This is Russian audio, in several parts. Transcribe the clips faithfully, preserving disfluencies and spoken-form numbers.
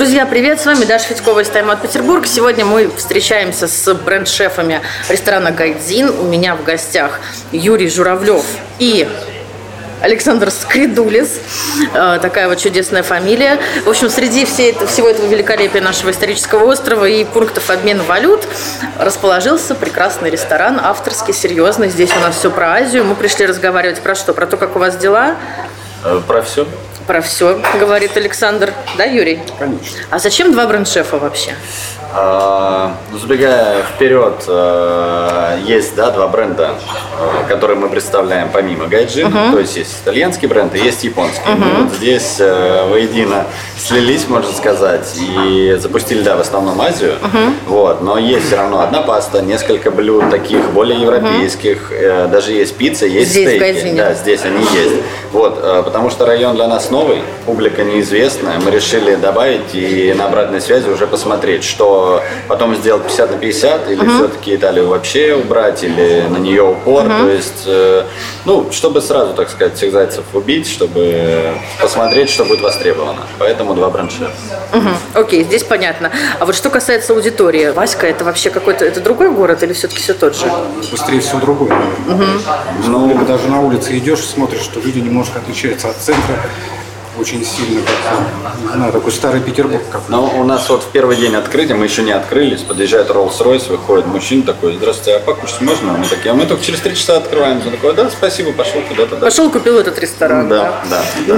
Друзья, привет! С вами Даша Федькова из Time Out Петербург. Сегодня мы встречаемся с бренд-шефами ресторана «Гайдзин». У меня в гостях Юрий Журавлев и Александр Скридулис. Такая вот чудесная фамилия. В общем, среди всей, всего этого великолепия нашего исторического острова и пунктов обмена валют расположился прекрасный ресторан, авторский, серьезный. Здесь у нас все про Азию. Мы пришли разговаривать про что? Про то, как у вас дела? Про все. Про все, говорит Александр. Да, Юрий? Конечно. А зачем два бренд-шефа вообще? А, забегая вперед, есть, да, два бренда, которые мы представляем помимо Гайдзин. Uh-huh. То есть есть итальянский бренд и есть японский. Uh-huh. Мы вот здесь воедино слились, можно сказать, и запустили, да, в основном Азию. Uh-huh. Вот, но есть все равно одна паста, несколько блюд таких более европейских, uh-huh. даже есть пицца, есть здесь, стейки. В Гайдзине. Да, здесь они есть. Вот, потому что район для нас новый, публика неизвестная. Мы решили добавить и на обратной связи уже посмотреть, что потом сделать пятьдесят на пятьдесят, или uh-huh. все-таки Италию вообще убрать, или на нее упор. Uh-huh. То есть, э, ну, чтобы сразу, так сказать, всех зайцев убить, чтобы посмотреть, что будет востребовано. Поэтому два бренд-шефа. Uh-huh. Окей, здесь понятно. А вот что касается аудитории, Васька, это вообще какой-то, это другой город или все-таки все тот же? Быстрее всего другой. Uh-huh. Ну, либо даже на улице идешь, смотришь, что люди немножко отличаются от центра. Очень сильно, как, не знаю, такой старый Петербург. Но у нас вот в первый день открытия, мы еще не открылись, подъезжает Rolls-Royce, выходит мужчина такой: здравствуйте, а покушать можно? Мы такие: а мы только через три часа открываемся. Он такой: да, спасибо, пошел куда-то. Пошел, купил этот ресторан. Да, да, да.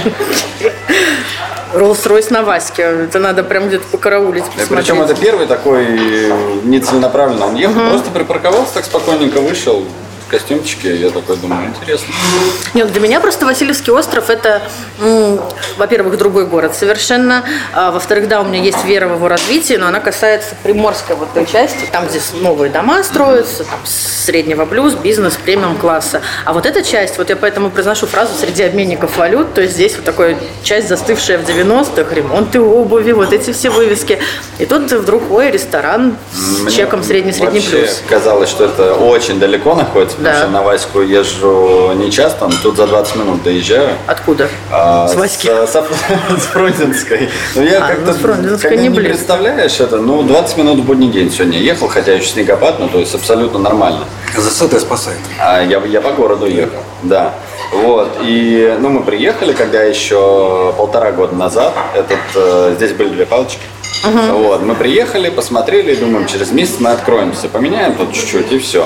Rolls-Royce на Ваське, это надо прям где-то покараулить, посмотреть. Причем это первый такой нецеленаправленно. Он ехал, просто припарковался, так спокойненько вышел. Костюмчики, я такой думаю, интересно. Нет, для меня просто Васильевский остров это, м, во-первых, другой город совершенно, а, во-вторых, да, у меня есть вера в его развитие, но она касается приморской вот той части, там, где новые дома строятся, там, среднего плюс, бизнес, премиум-класса. А вот эта часть, вот я поэтому произношу фразу среди обменников валют, то есть здесь вот такая часть, застывшая в девяностых, ремонты обуви, вот эти все вывески. И тут вдруг, ой, ресторан с Мне чеком средний-средний плюс. Казалось, что это очень далеко находится. Да. Потому что на Ваську езжу не часто, но тут за двадцать минут доезжаю. Откуда? А, с Васьки? С, с, с Фрунзенской. Ну, я а, как-то, ну, с Фрунзенской когда не, не представляешь это, ну, двадцать минут в будний день сегодня ехал, хотя еще снегопад, ну, то есть абсолютно нормально. ЗСТ спасает. А, я, я по городу ехал, да. Вот, и, ну, мы приехали, когда еще полтора года назад, этот, э, здесь были две палочки. Uh-huh. Вот, мы приехали, посмотрели, думаем, через месяц мы откроемся, поменяем тут чуть-чуть и все.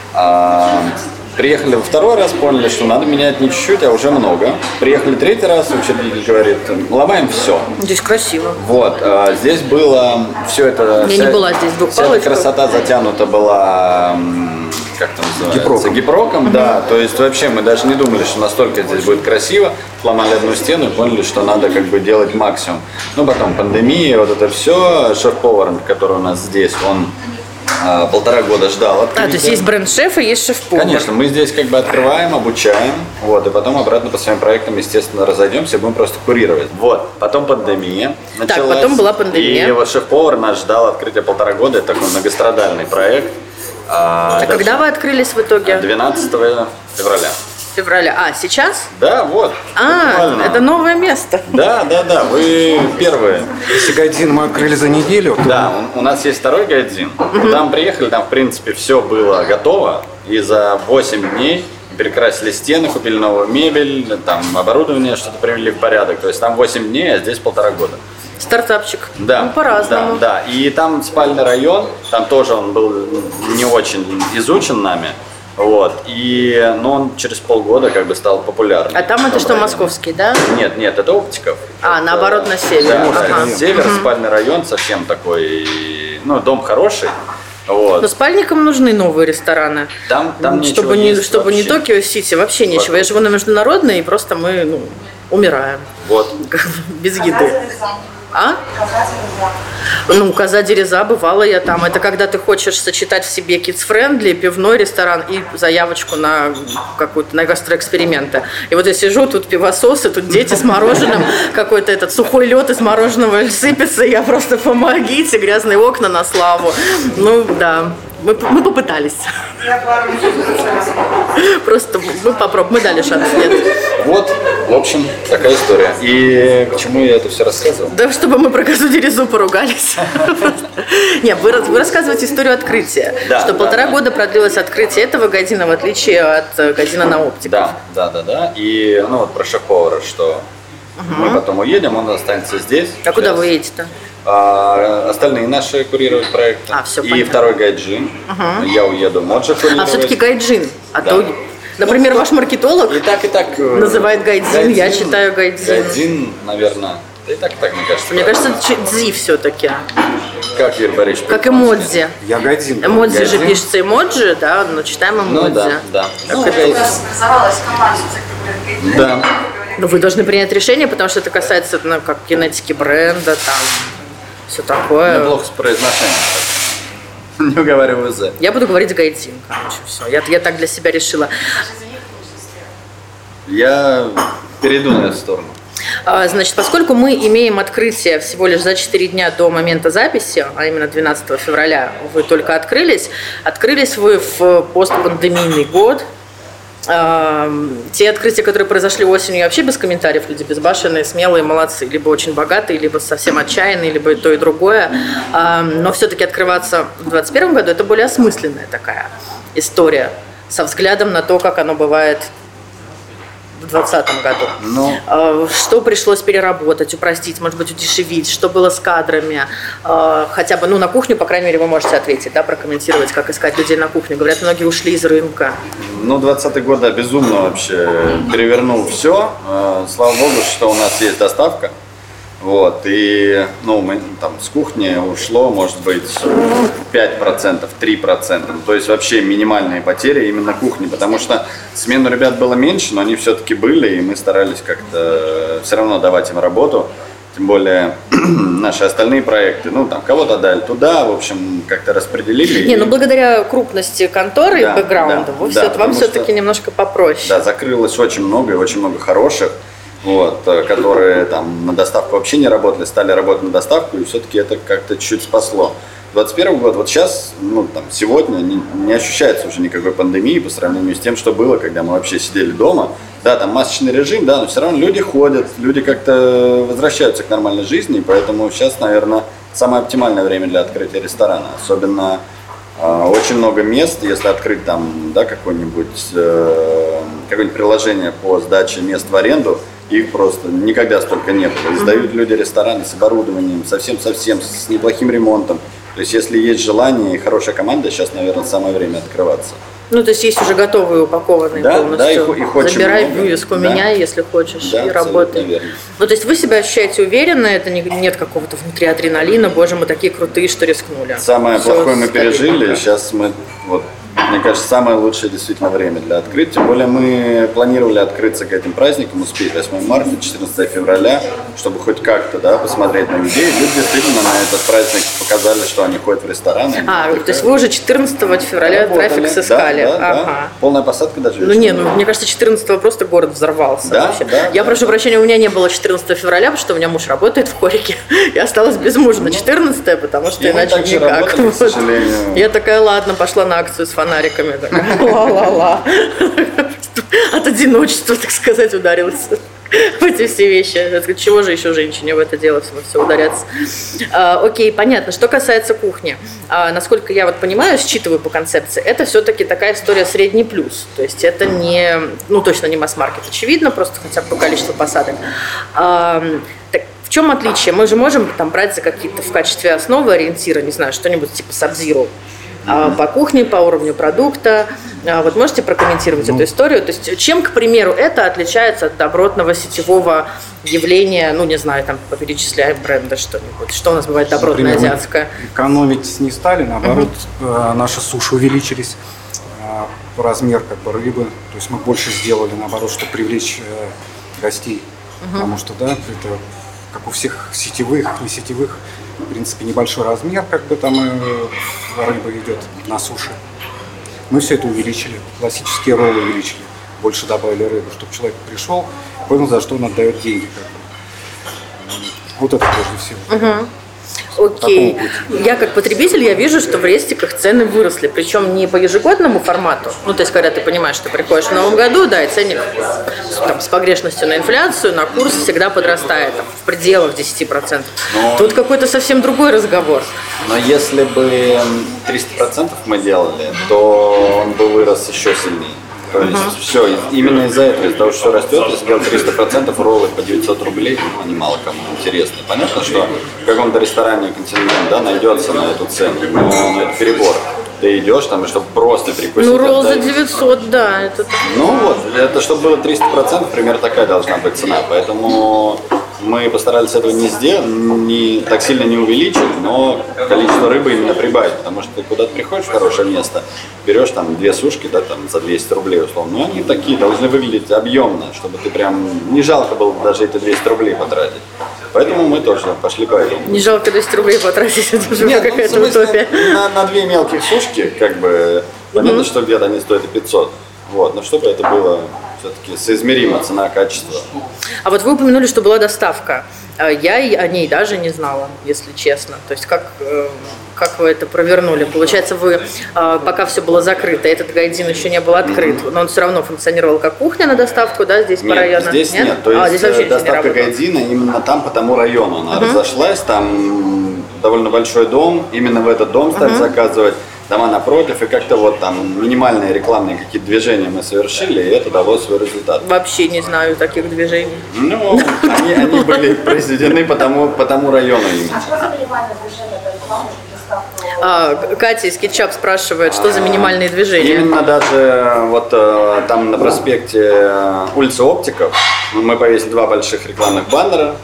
А, приехали во второй раз, поняли, что надо менять не чуть-чуть, а уже много. Приехали третий раз, учредитель говорит: ломаем все. Здесь красиво. Вот, а, здесь было все это. Я вся, не была здесь двух вся эта красота затянута была, как там называется? Гипроком. Гипроком, uh-huh. да. То есть вообще мы даже не думали, что настолько здесь будет красиво. Сломали одну стену и поняли, что надо как бы делать максимум. Ну, потом пандемия, вот это все. Шеф-повар, который у нас здесь, он а, полтора года ждал открытия. А, то есть есть бренд-шеф и есть шеф-повар. Конечно, мы здесь как бы открываем, обучаем, вот, и потом обратно по своим проектам, естественно, разойдемся, будем просто курировать. Вот, потом пандемия началась. Так, потом была пандемия. И вот шеф-повар нас ждал открытия полтора года, это такой многострадальный проект. А, а когда вы открылись в итоге? двенадцатого февраля. Февраля. А, сейчас? Да, вот. А, буквально. это новое место. Да, да, да, вы первые. Если Гайдзин мы открыли за неделю, то... Да, у, у нас есть второй Гайдзин. Uh-huh. Там приехали, там в принципе все было готово. И за восемь дней перекрасили стены, купили новую мебель, там оборудование что-то привели в порядок. То есть там восемь дней, а здесь полтора года. Стартапчик. Да, ну, по-разному. Да, да. И там спальный район, там тоже он был не очень изучен нами. Вот, и, ну, он через полгода как бы стал популярным. А там это что, районе. Московский, да? Нет, нет, это Оптиков. А, это, наоборот, на север. Да, ага. да, север, угу. Спальный район совсем такой, ну, дом хороший. Вот. Но спальникам нужны новые рестораны. Там, там чтобы ничего не, чтобы не Токио-Сити, вообще ничего. Вокруг. Я живу на Международной, и просто мы, ну, умираем. Вот. Без еды. А? Ну, Коза Дереза, бывала я там. Это когда ты хочешь сочетать в себе kids-friendly, пивной ресторан и заявочку на какую-то на гастроэксперименты. И вот я сижу, тут пивососы, тут дети с мороженым, какой-то этот сухой лед из мороженого сыпется, я просто помогите, грязные окна на славу. Ну, да. Мы, мы попытались. Просто мы попробуем, мы дали шанс. Нет. Вот, в общем, такая история. И к чему я это все рассказывал? Да, чтобы мы про козу дерезу поругались. Нет, вы, вы рассказываете историю открытия. Да, что да, полтора да. года продлилось открытие этого газина, в отличие от газина на оптиков. Да, да, да, да. И ну вот про шеф-повара, что мы потом уедем, он останется здесь. А куда Сейчас. вы едете-то? А, остальные наши курируют проекты. А, всё и понятно. второй гайджин. Я уеду Моджи курировать. А все-таки гайджин. А Да. то, например, ваш маркетолог И так, и так. э, называет гайдзин, я читаю гайдзин. Гайдзин, наверное. Да и так, и так, мне кажется. Мне правильно. кажется, это дзи все-таки. Как Юрий Борисович? Как по-японски? эмодзи. Я Гайдзин. Эмодзи же Гайдзин. пишется эмоджи, да, но читаем эмодзи. Ну да, да. Как Ну, это? гайдзин. Образовалась команда всяких Да. Ну, вы должны принять решение, потому что это касается, ну, как генетики бренда, там, все такое. Мне плохо с произношением. Не уговариваю за. Я буду говорить гайдзин, короче, все. Я, я так для себя решила. Я перейду на эту сторону. А, Значит, поскольку мы имеем открытие всего лишь за четыре дня до момента записи, а именно двенадцатого февраля вы только открылись, открылись вы в постпандемийный год. А, Те открытия, которые произошли осенью, вообще без комментариев, люди безбашенные, смелые, молодцы, либо очень богатые, либо совсем отчаянные, либо и то, и другое. А, Но все-таки открываться в двадцать первом году – это более осмысленная такая история со взглядом на то, как оно бывает в двадцатом году. Ну. А, Что пришлось переработать, упростить, может быть, удешевить, что было с кадрами, а, хотя бы, ну, на кухню, по крайней мере, вы можете ответить, да, прокомментировать, как искать людей на кухню. Говорят, многие ушли из рынка. Ну, двадцатый год, да, безумно вообще перевернул все. Слава богу, что у нас есть доставка. Вот, и, ну, мы там с кухни ушло, может быть, пять процентов, три процента. То есть вообще минимальные потери именно кухни, потому что смен у ребят было меньше, но они все-таки были, и мы старались как-то все равно давать им работу. Тем более наши остальные проекты, ну, там, кого-то дали туда, в общем, как-то распределили. Не, и- ну, благодаря крупности конторы и Да, бэкграунда, да, вы да, все, вам потому все-таки что- немножко попроще. Да, закрылось очень много, и очень много хороших, вот, э, которые там на доставку вообще не работали, стали работать на доставку, и все-таки это как-то чуть спасло. двадцать первый год, вот сейчас, ну, там, сегодня не, не ощущается уже никакой пандемии по сравнению с тем, что было, когда мы вообще сидели дома. Да, там масочный режим, да, но все равно люди ходят, люди как-то возвращаются к нормальной жизни, поэтому сейчас, наверное, самое оптимальное время для открытия ресторана. Особенно э, очень много мест, если открыть там, да, какое-нибудь, э, какое-нибудь приложение по сдаче мест в аренду, их просто никогда столько не было. И сдают люди рестораны с оборудованием, совсем-совсем, с неплохим ремонтом. То есть, если есть желание и хорошая команда, сейчас, наверное, самое время открываться. Ну, то есть есть уже готовые, упакованные Да, полностью. да, их- их очень Забирай много. вывеску, Да. меняй, если хочешь, Да, и абсолютно работай. верно. Ну, то есть вы себя ощущаете уверенно, это не, нет какого-то внутри адреналина, боже, мы такие крутые, что рискнули. Самое Всё плохое мы пережили, стабильненько. сейчас мы, вот, мне кажется, самое лучшее действительно время для открытия. Тем более мы планировали открыться к этим праздникам, успеть восьмого марта, четырнадцатого февраля, чтобы хоть как-то, да, посмотреть на людей. Люди действительно на этот праздник показали, что они ходят в рестораны. А, то есть вы уже четырнадцатого февраля Работали. трафик Да, сыскали. да, да. Ага. Полная посадка даже. Ну не, ну мне кажется, четырнадцатого просто город взорвался Да, вообще. да, Я да. прошу прощения, у меня не было четырнадцатого февраля, потому что у меня муж работает в хорике. Я осталась без мужа на четырнадцатое, потому что И мы иначе так же никак. работали, к Вот. сожалению. Я такая, ладно, пошла на акцию с фонариками. такая, Ла-ла-ла. От одиночества, так сказать, ударилась в эти все вещи. Я говорю, чего же еще женщине в это дело все, все ударяться? А, окей, понятно. Что касается кухни, а, насколько я вот понимаю, считываю по концепции, это все-таки такая история средний плюс. То есть это не, ну точно не масс-маркет, очевидно, просто хотя бы по количеству посадок. А, так, в чем отличие? Мы же можем там брать за какие-то в качестве основы ориентира, не знаю, что-нибудь типа Sub-Zero. А, по кухне, по уровню продукта. А, вот можете прокомментировать Ну, эту историю? То есть чем, к примеру, это отличается от добротного сетевого явления, ну, не знаю, там, перечисляем бренды что-нибудь. Что у нас бывает добротное Например, мы азиатское? Экономить не стали, наоборот, э, наши суши увеличились, э, размер как бы рыбы. То есть мы больше сделали, наоборот, чтобы привлечь э, гостей. Потому что, да, это как у всех сетевых, не сетевых, в принципе, небольшой размер, как бы там э, рыба идет на суше. Мы все это увеличили, классические роллы увеличили, больше добавили рыбу, чтобы человек пришел, понял, за что он отдает деньги. Как бы. Вот это прежде всего. Окей. Я как потребитель, я вижу, что в рестиках цены выросли. Причем не по ежегодному формату. Ну, то есть, когда ты понимаешь, что ты приходишь в новом году, да, и ценник там, с погрешностью на инфляцию, на курс всегда подрастает там, в пределах десять процентов. Но... Тут какой-то совсем другой разговор. Но если бы триста процентов мы делали, то он бы вырос еще сильнее. То есть uh-huh. все, именно из-за этого, из-за того, что все растет, если делать триста процентов роллы по девятьсот рублей, ну, они мало кому интересны. Понятно, что в каком-то ресторане континент, да, найдется на эту цену, но ну, это перебор. Ты идешь там, и чтобы просто перекусить. Ну, ролл отдать. за девятьсот, да. Это... Ну вот, это чтобы было триста процентов, примерно такая должна быть цена. Поэтому мы постарались этого не сделать, не, так сильно не увеличить, но количество рыбы именно прибавить. Потому что ты куда-то приходишь в хорошее место, берешь там две сушки, да, там за двести рублей условно. Но они такие должны выглядеть объемно, чтобы ты прям не жалко было даже эти двести рублей потратить. Поэтому мы тоже пошли по этому. Не жалко двести рублей потратить, это уже Нет, какая-то ну, утопия. На, на две мелких сушки, как бы, понятно, mm-hmm. что где-то они стоят и пятьсот. Вот, но чтобы это было все-таки соизмеримо цена-качество. А вот вы упомянули, что была доставка. Я о ней даже не знала, если честно. То есть как, как вы это провернули? Получается, вы, пока все было закрыто, этот гайдин еще не был открыт, но он все равно функционировал как кухня на доставку, да, здесь нет, по району? Здесь нет, нет. То а, есть здесь доставка гайдина именно там, по тому району. Она uh-huh. разошлась, там довольно большой дом, именно в этот дом стали uh-huh. заказывать. Дома напротив, и как-то вот там минимальные рекламные какие-то движения мы совершили, и это дало свой результат. Вообще не знаю таких движений. Ну, они, они были произведены по тому, по тому району именно. А что за минимальное движение для рекламы? А, Катя из Кетчап спрашивает, что за минимальные движения? Именно даже вот там на проспекте улицы Оптиков мы повесили два больших рекламных баннера.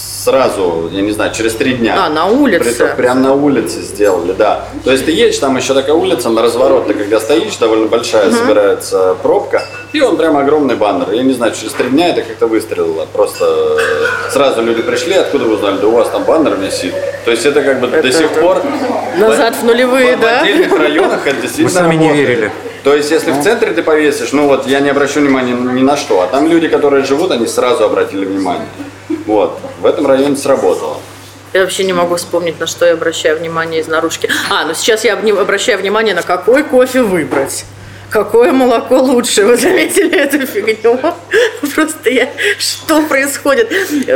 Сразу, я не знаю, через три дня. А, на улице? Прям на улице сделали, да. То есть ты едешь, там еще такая улица, на разворот, ты когда стоишь, довольно большая uh-huh. собирается пробка, и он прям огромный баннер. Я не знаю, через три дня это как-то выстрелило. Просто сразу люди пришли, откуда вы узнали, да у вас там баннер висит. То есть это как бы это, до сих это... пор... Назад в нулевые, в, да? В отдельных районах это действительно Мы сами работает. не верили. То есть, если в центре ты повесишь, ну вот я не обращу внимания ни на что, а там люди, которые живут, они сразу обратили внимание. Вот, в этом районе сработало. Я вообще не могу вспомнить, на что я обращаю внимание из наружки. А, ну сейчас я обращаю внимание, на какой кофе выбрать. Какое молоко лучше? Вы заметили эту фигню? Просто я... Что происходит?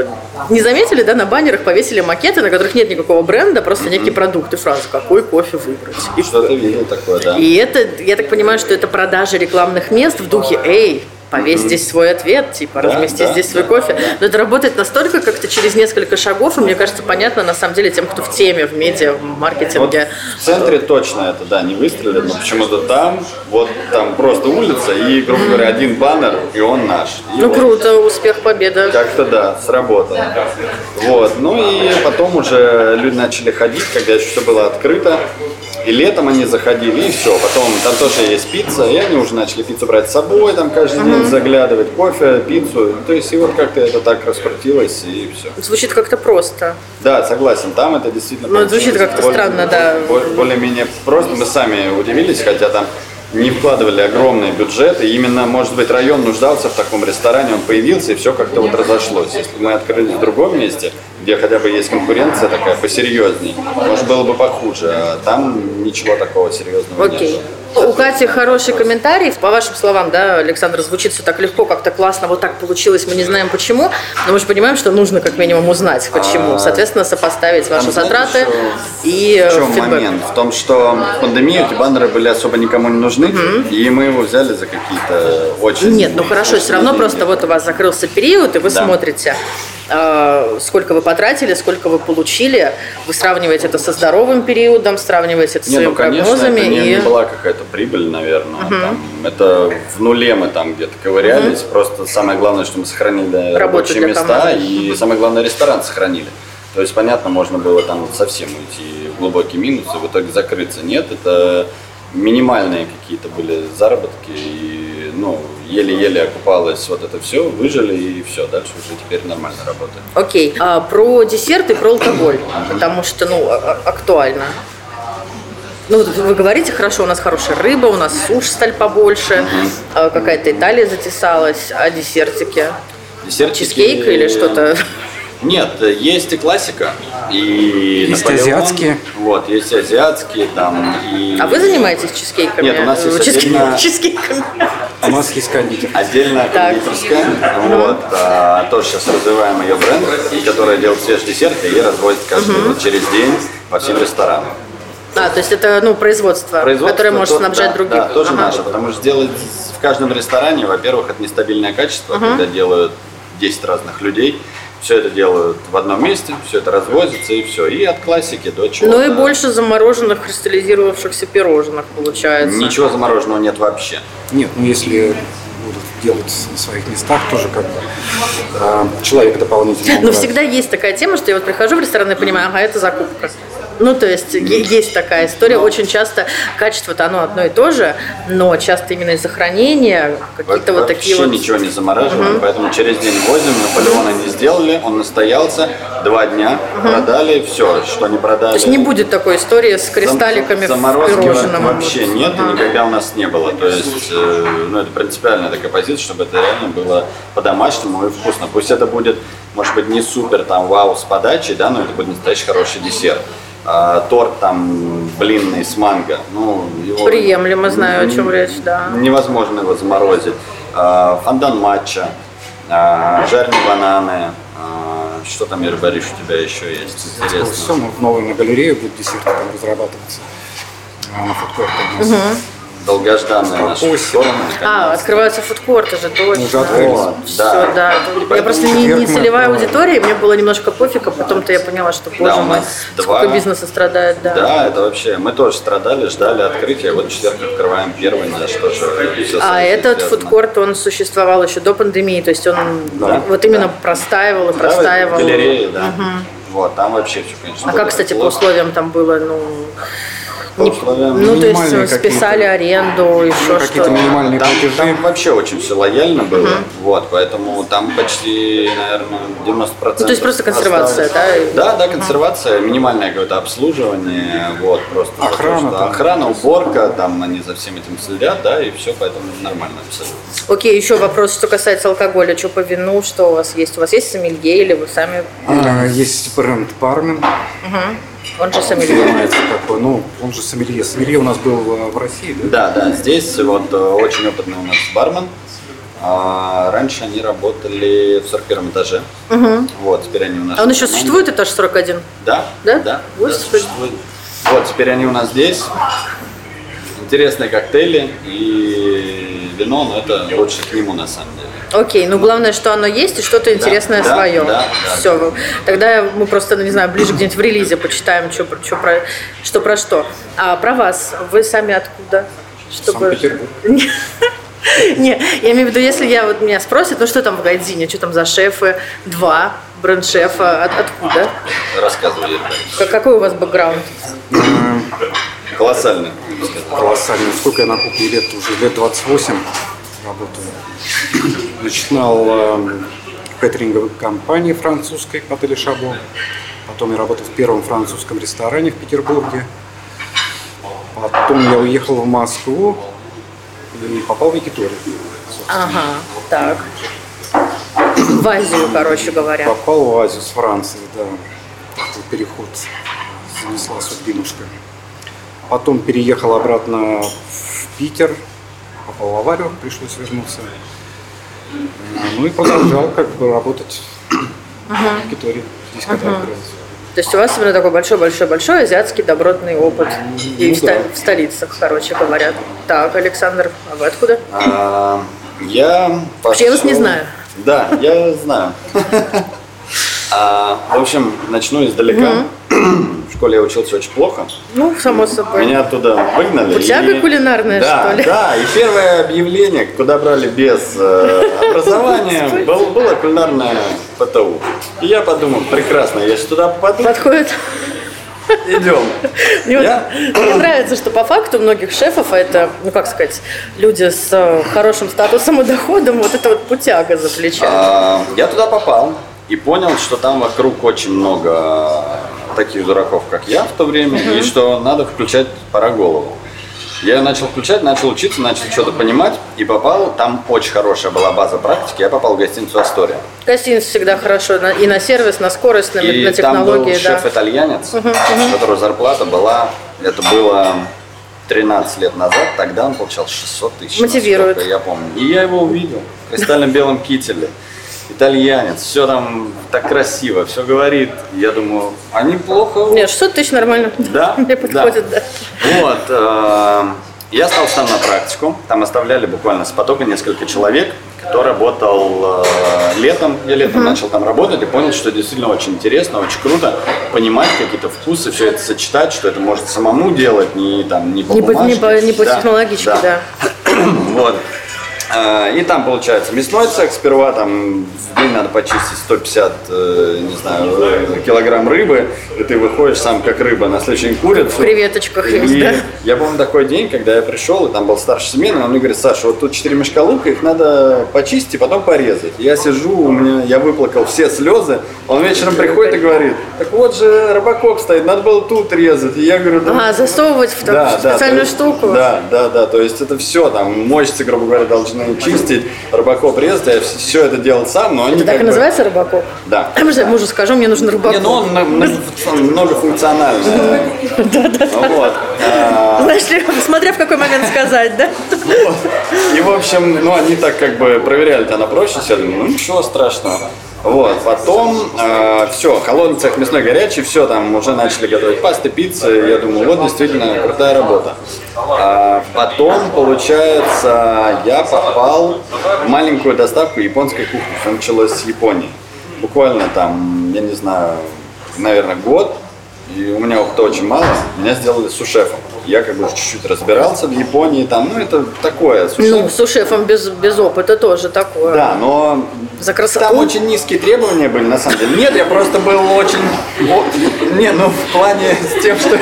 Не заметили, да, на баннерах повесили макеты, на которых нет никакого бренда, просто некий продукт и фраза «Какой кофе выбрать?» И что-то видел такое, да. И это, я так понимаю, что это продажа рекламных мест в духе «Эй, повесь mm-hmm. здесь свой ответ, типа, да, размести да, здесь да, свой кофе». Да. Но это работает настолько как-то через несколько шагов, и мне кажется, понятно на самом деле тем, кто в теме, в медиа, в маркетинге. Вот в центре точно это, да, не выстрелит, но почему-то там, вот там просто улица, и, грубо говоря, один баннер, и он наш. И ну вот круто, успех, победа. Как-то да, сработало. Вот, ну и потом уже люди начали ходить, когда еще все было открыто. И летом они заходили, и все. Потом там тоже есть пицца, и они уже начали пиццу брать с собой, там каждый uh-huh. день заглядывать, кофе, пиццу. То есть и вот как-то это так раскрутилось, и все. Звучит как-то просто. Да, согласен, там это действительно... Ну, звучит как-то более, странно, да. Более-менее просто. Мы сами удивились, хотя там не вкладывали огромные бюджеты. И именно, может быть, район нуждался в таком ресторане, он появился, и все как-то вот разошлось. Если бы мы открылись в другом месте, где хотя бы есть конкуренция такая посерьезней, может, было бы похуже, а там ничего такого серьезного okay. нет. У Кати хороший комментарий. По вашим словам, да, Александр, звучит все так легко, как-то классно, вот так получилось, мы не знаем почему, но мы же понимаем, что нужно как минимум узнать, почему. Соответственно, сопоставить ваши там, затраты знаете, и в чем фидбэк. Момент? В том, что в пандемии эти баннеры были особо никому не нужны, mm-hmm. и мы его взяли за какие-то очень... Нет, ну хорошо, все равно деньги. Просто вот у вас закрылся период, и вы да. смотрите, сколько вы потратили, сколько вы получили, вы сравниваете это со здоровым периодом, сравниваете это со своими ну, конечно, прогнозами. Это не, и... не была какая-то прибыль, наверное. Uh-huh. Там, это в нуле мы там где-то ковырялись. Uh-huh. Просто самое главное, что мы сохранили Работу рабочие места, команды. И самое главное, ресторан сохранили. То есть, понятно, можно было там вот совсем уйти в глубокий минус и в итоге закрыться. Нет, это минимальные какие-то были заработки, и ну, еле-еле окупалось вот это все, выжили и все, дальше уже теперь нормально работает. Окей, а про десерт и про алкоголь, потому что, ну, актуально. Ну, вот вы говорите, хорошо, у нас хорошая рыба, у нас суши стали побольше, mm-hmm. какая-то Италия затесалась, а десертики? Десертики... Чизкейк или что-то? Нет, есть и классика, и Есть Наполеон. азиатские. Вот, есть азиатские там и... А вы занимаетесь чизкейками? Нет, у нас есть Чизке- отдельно- Чизкейками. У нас есть кондитер. Отдельно Так. кондитерская, вот, а, тоже сейчас развиваем ее бренд, и которая делает свежие десерты и развозит каждый вот через день по всем ресторанам. А, то есть это, ну, производство, Производство которое может то- снабжать да, других. Да, тоже Ага. наше, потому что делать в каждом ресторане, во-первых, это нестабильное качество, когда делают десять разных людей, все это делают в одном месте, все это развозится и все. И от классики до чего-то. Ну и больше замороженных, кристаллизировавшихся пирожных получается. Ничего замороженного нет вообще. Нет, ну если будут делать на своих местах, тоже как бы а, человек дополнительно. Но убрать. всегда есть такая тема, что я вот прихожу в ресторан и понимаю, ага, это закупка. Ну, то есть е- есть такая история. Очень часто качество-то оно одно и то же, но часто именно из-за хранения какие-то вот Вообще такие вот... ничего не замораживаем, поэтому через день возим, Наполеона не сделали, он настоялся, два дня продали, все, что не продали. То есть не будет такой истории с кристалликами в Заморозки пирожном. вообще нет и никогда у нас не было. То есть, э, ну, это принципиальная такая позиция, чтобы это реально было по-домашнему и вкусно. Пусть это будет, может быть, не супер там вау с подачей, да, но это будет настоящий хороший десерт. А, торт там блинный с манго, ну, его Приемлемо, знаю, о чем речь, да. невозможно его заморозить. А, фондан матча, а, жареные бананы, а, что там, Ир Борисович, у тебя еще есть? Все, Интересно. ну, в новой на галерее будут десерты там разрабатываться. А, на фудкорте у нас. Долгожданная наша Осень. сторона. А, открываются фудкорты же, точно. Уже открылись. Вот, Все, да. да. Я Поэтому просто не, четверг не мы целевая открываем. аудитория, и мне было немножко пофиг, а потом-то я поняла, что, боже у мой, нас сколько два. бизнеса страдает, да. Да, это вообще, мы тоже страдали, ждали открытия, вот в четверг открываем первый наш тоже. всё с А этим этот связано. фудкорт, он существовал еще до пандемии, то есть он Да, вот именно да. простаивал и Да, простаивал. в галерее, да. Вот, там вообще все, конечно. А как, кстати, по условиям там было, ну... По не- условиям ну, то минимальные есть списали какие-то. аренду, еще Какие-то что-то. минимальные Там, платежи. там вообще очень все лояльно было, вот, поэтому там почти, наверное, девяносто процентов. Ну, то есть просто консервация, осталось. да? Да, да, консервация, минимальное какое-то обслуживание, вот, просто. Охрана потому что там. Охрана, уборка, там они за всем этим следят, да, и все, поэтому нормально абсолютно. Окей, еще вопрос, что касается алкоголя. Что по вину, что у вас есть? У вас есть сомелье или вы сами... А, есть бренд Бармен. Он же сомелье. Занимается как бы, ну, он же сомелье. Сомелье у нас был э, в России, да? Да, да, здесь вот э, очень опытный у нас бармен. А, раньше они работали в сорок первом этаже. Вот, теперь они у нас. А он еще в команде. существует, этаж сорок один? Да, Да? да, да, Господи. существует. Вот, теперь они у нас здесь. Интересные коктейли и вино, но это больше к нему на самом деле. Окей, ну главное, что оно есть и что-то интересное да, свое. да, да. Все, тогда мы просто, ну, не знаю, ближе где-нибудь в релизе почитаем, что, про- что про, что про что. А про вас, вы сами откуда? Санкт-Петербург. Не, я имею в виду, если я вот меня спросят, ну что там в Гайдзине, что там за шефы, два бренд-шефа, от- откуда? Рассказывай, Юрий Борисович. Как- Какой у вас бэкграунд? Колоссальный. я бы сказал. Колоссально. Сколько я на кухне лет? Уже лет двадцать восемь работаю. Начинал э, в кэтеринговой компании французской по отеле Шабо. Потом я работал в первом французском ресторане в Петербурге. Потом я уехал в Москву и попал в Якиторию. Ага, так. В Азию, короче говоря. Попал в Азию с Франции, да. Такой переход занесла судьбинушка. Потом переехал обратно в Питер. Попал в аварию, пришлось вернуться. Ну и продолжал как бы работать в Якитории. Здесь когда открылся. То есть у вас именно такой большой-большой-большой азиатский добротный опыт. И Ну в, ста- да. в столицах, короче говоря. Так, Александр, а вы откуда? А, я Вообще я вас не пошел- знаю. Да, я знаю. А, в общем, начну издалека. В школе я учился очень плохо. Ну, само собой. Меня оттуда выгнали. Путяга и- кулинарная, да, что ли? Да, и первое объявление, куда брали без э, образования, был- было кулинарное ПТУ. И я подумал, прекрасно, если туда попаду, Подходит. идем. Мне, вот- Я- мне нравится, что по факту у многих шефов это, ну как сказать, люди с э, хорошим статусом и доходом, вот это вот путяга за плечами. А, Я туда попал и понял, что там вокруг очень много таких дураков, как я в то время, и что надо включать пора голову. Я начал включать, начал учиться, начал что-то понимать и попал, там очень хорошая была база практики, я попал в гостиницу «Астория». Гостиница всегда хорошо на- и на сервис, на скорость, на, И на там был технологии, да. шеф-итальянец, у которого зарплата была, это было тринадцать лет назад, тогда он получал шестьсот тысяч. Мотивирует. насколько я помню. И я его увидел в кристальном белом кителе. Итальянец, все там так красиво, все говорит. Я думаю, а неплохо. Нет, шестьсот тысяч нормально. Да? Мне подходит, да. Вот. э, Я стал там на практику. Там оставляли буквально с потока несколько человек, кто работал э, летом. Я летом начал там работать и понял, что действительно очень интересно, очень круто понимать какие-то вкусы, все это сочетать, что это можно самому делать, не, там, не по Не по, не бумажке. по, не по Да, технологичке, да. Вот. А, И там получается мясной цех, сперва там в день надо почистить сто пятьдесят, э, не знаю, э, килограмм рыбы, и ты выходишь сам как рыба, на следующий день курицу. В креветочках И есть, да? я помню такой день, когда я пришел, и там был старший смены, он мне говорит: Саша, вот тут четыре мешка лука, их надо почистить и потом порезать. Я сижу, у меня, я выплакал все слезы, он вечером приходит и говорит: так вот же рыбакок стоит, надо было тут резать. И я говорю: да. А, засовывать в такую Да, да, специальную то есть- штуку. Да, да, да, то есть это все, там, мощцы, грубо говоря, должны чистить, рыбаков резать, я все это делал сам, но они Это так как и бы- называется рыбаков? Да. А может, я мужу скажу, мне нужен рыбаков. Не, ну он на- многофункциональный. многофункциональный. Вот. А, Знаешь ли, смотря в какой момент сказать, да? вот. И, в общем, ну, они так как бы проверяли тебя на прочность, я думаю, ну, ничего страшного. Вот, потом э, все, холодный цех, мясной, горячий, все, там уже начали готовить пасты, пиццы, я думаю, вот действительно крутая работа. А потом, получается, я попал в маленькую доставку японской кухни, все началось с Японии. Буквально там, я не знаю, наверное, год, и у меня опыта очень мало, меня сделали су-шефом. Я как бы чуть-чуть разбирался в Японии, там, ну это такое, су-шеф. Ну, с шефом без, без опыта тоже такое. Да, но За красоту. там очень низкие требования были, на самом деле. Нет, я просто был очень... о, Не, ну в плане с тем, что...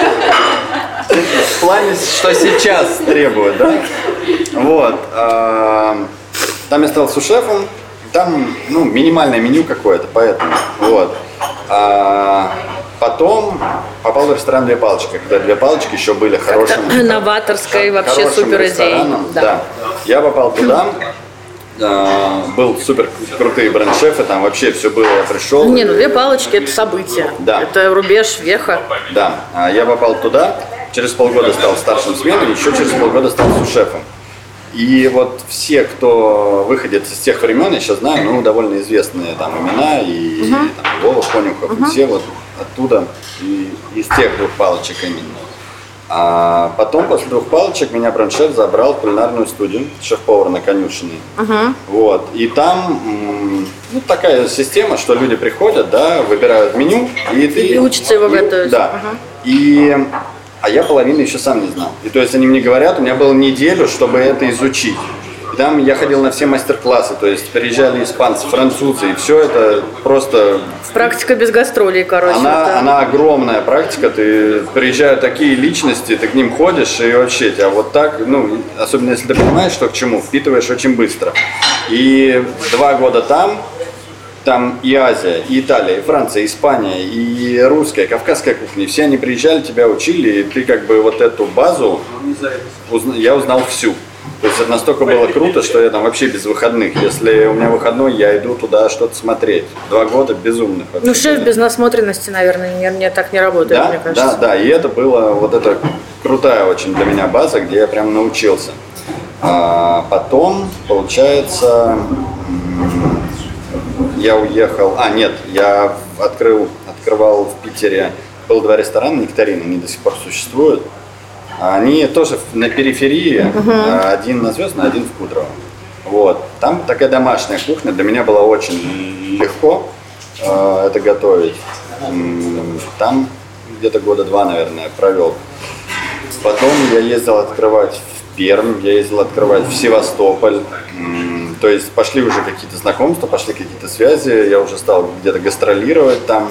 В плане, что сейчас требуют, да? Вот. а, Там я стал су-шефом. Там, ну, минимальное меню какое-то, поэтому. Вот. А, Потом попал в ресторан «Две палочки», когда «Две палочки» еще были хорошим... Новаторской вообще хорошим супер идеей. рестораном, Да. да. Я попал туда, э, был супер крутые бренд-шефы, там вообще все было, я пришел. Не, ну две палочки это событие. Да. Это рубеж веха. Да, а я попал туда, через полгода стал старшим сменой, еще через полгода стал су-шефом. И вот все, кто выходит из тех времен, я сейчас знаю, ну, довольно известные там имена, и там, Вова Конюхов, и все вот оттуда, и из тех двух палочек именно. А потом, после двух палочек, меня бренд-шеф забрал в кулинарную студию, шеф-повар на Конюшиной. Вот. И там м, ну, такая система, что люди приходят, да, выбирают меню, и ты... И учатся его и- готовить. Да. Ага. И... А я половину еще сам не знал. И то есть они мне говорят, у меня было неделю, чтобы это изучить. И там я ходил на все мастер-классы, то есть приезжали испанцы, французы, и все это просто... Практика без гастролей, короче. Она, это- она огромная практика, ты приезжают такие личности, ты к ним ходишь, и вообще тебя вот так, ну, особенно если ты понимаешь, что к чему, впитываешь очень быстро. И два года там, там и Азия, и Италия, и Франция, и Испания, и русская, кавказская кухня, все они приезжали, тебя учили, и ты как бы вот эту базу, узна- я узнал всю. То есть это настолько было круто, что я там вообще без выходных. Если у меня выходной, я иду туда что-то смотреть. Два года безумных вообще. Ну, шеф были. без насмотренности, наверное, не, не так не работает, Да, мне кажется. да, да, и это было вот это крутая очень для меня база, где я прям научился. А потом, получается, м, я уехал, а нет, я открыл, открывал в Питере, было два ресторана «Нектарин», они до сих пор существуют. Они тоже на периферии, а, один на Звездной, один в Кудрово. Вот. Там такая домашняя кухня, для меня было очень легко э, это готовить. М, Там где-то года два, наверное, провел. Потом я ездил открывать в Пермь, я ездил открывать в Севастополь. М, То есть пошли уже какие-то знакомства, пошли какие-то связи, я уже стал где-то гастролировать там.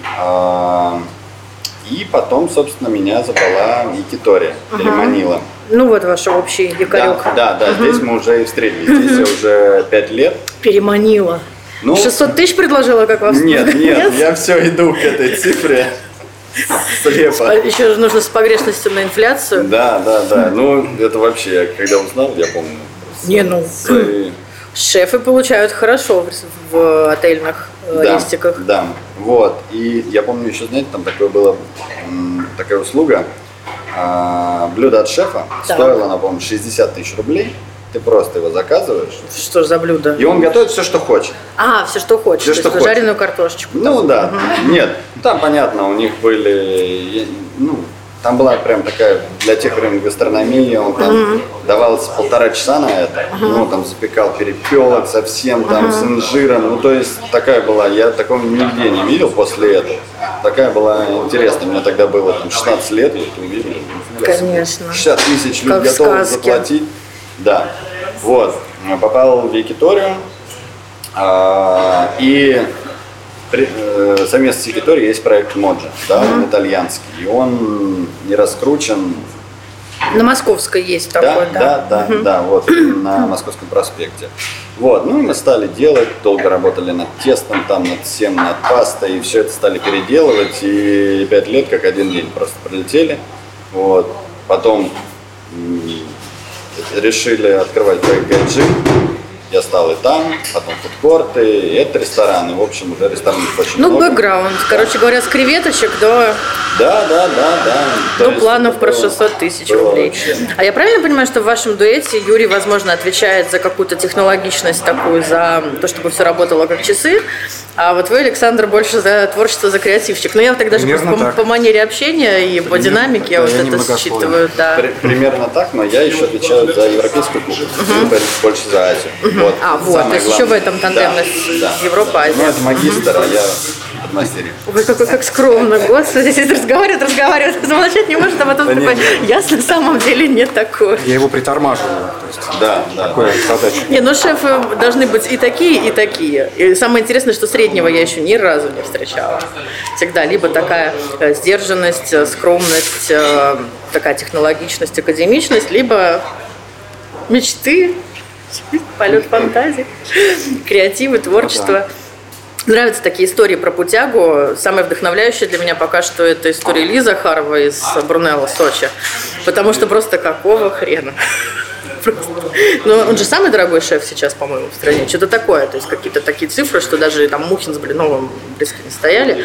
А, И потом, собственно, меня забрала Якитория, переманила. Ну, вот ваш общий якорек. Да, да, да, здесь мы уже и встретились. Здесь я уже пять лет. Переманила. Ну, шестьсот тысяч предложила, как вас? Нет, нет, я все иду к этой цифре. слепо. Еще же нужно с погрешностью на инфляцию. Да, да, да. Ну, это вообще, я когда узнал, я помню. Не, ну, свои- шефы получают хорошо в, в отельных э, Да, листиках. да, вот. И я помню еще, знаете, там такое было, м, такая услуга. А, блюдо от шефа Да. стоило, она, по-моему, шестьдесят тысяч рублей. Ты просто его заказываешь. Что же за блюдо? И он готовит все, что хочет. А, все, что хочешь. Всё, То что есть хочешь. жареную картошечку. Ну да, нет, там понятно, у них были, я- ну, там была прям такая для тех времен гастрономия, он там давался полтора часа на это, ну, там запекал перепелок совсем, там, с инжиром, ну, то есть такая была, я такого нигде не видел после этого, такая была интересная, мне тогда было там шестнадцать лет, я это увидел. Конечно. шестьдесят тысяч Как люди в готовы сказке. заплатить, да, вот, попал в Якиторию, а, и при- э, совместно с Якиторией есть проект Моджа, да, он итальянский, и он не раскручен. На Московской есть Да, такой, да, да, да, вот на Московском проспекте. Вот, ну и мы стали делать, долго работали над тестом, там, над всем, над пастой, и все это стали переделывать, и пять лет как один день просто пролетели. Вот, потом м, решили открывать проект Гайджин. Я стал и там, потом фудкорты, и это рестораны. В общем, уже ресторанов очень Ну, много. бэкграунд. Короче говоря, с креветочек до, Да, да, да, да. То до есть планов это про было- шестьсот тысяч было рублей. вообще. А я правильно понимаю, что в вашем дуэте Юрий, возможно, отвечает за какую-то технологичность такую, за то, чтобы все работало как часы, а вот вы, Александр, больше за творчество, за креативщик. Но я вот тогда же Примерно просто по, так. по манере общения и по динамике я да, вот я это немногословен. считываю. Да. При- примерно так, но я еще отвечаю за европейскую кухню, больше за Азию. Вот. А, вот, Самое то есть главное. еще в этом тандемность Да, Европа, да. Азия. Ну, это магистр, а я подмастерье. Ой, какой как скромно, господи, здесь разговаривает, разговаривает, замолчать не может, а потом Да такой, нет. я на самом деле не такой. Я его притормаживаю. То есть Да, да. такая задача. Не, ну шефы должны быть и такие, и такие. И самое интересное, что среднего я еще ни разу не встречала. Всегда либо такая э, сдержанность, э, скромность, э, такая технологичность, академичность, либо мечты, полет фантазии, креативы, творчество. Нравятся такие истории про Путягу. Самое вдохновляющее для меня пока что это история Ильи Захарова из Брунелла, Сочи. Потому что просто какого хрена? Просто. Но он же самый дорогой шеф сейчас, по-моему, в стране. Что-то такое. То есть какие-то такие цифры, что даже там Мухин с Блиновым близко не стояли.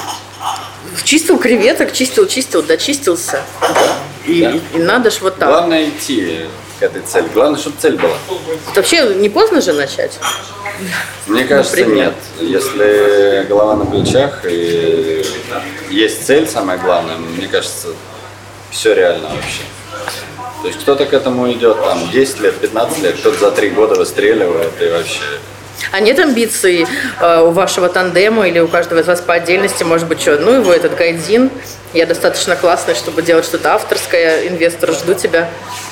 Чистил креветок, чистил, чистил, дочистился. И, Да. и- и надо ж вот так. Главное идти к этой цели. Главное, чтобы цель была. Вообще не поздно же начать? Мне кажется, Например? нет. Если голова на плечах и есть цель, самое главное, мне кажется, все реально вообще. То есть кто-то к этому идет там десять лет, пятнадцать лет, кто-то за три года выстреливает и вообще. А нет амбиций э, у вашего тандема или у каждого из вас по отдельности, может быть, что, ну его этот Гайдзин, я достаточно классный, чтобы делать что-то авторское, инвестор, жду тебя.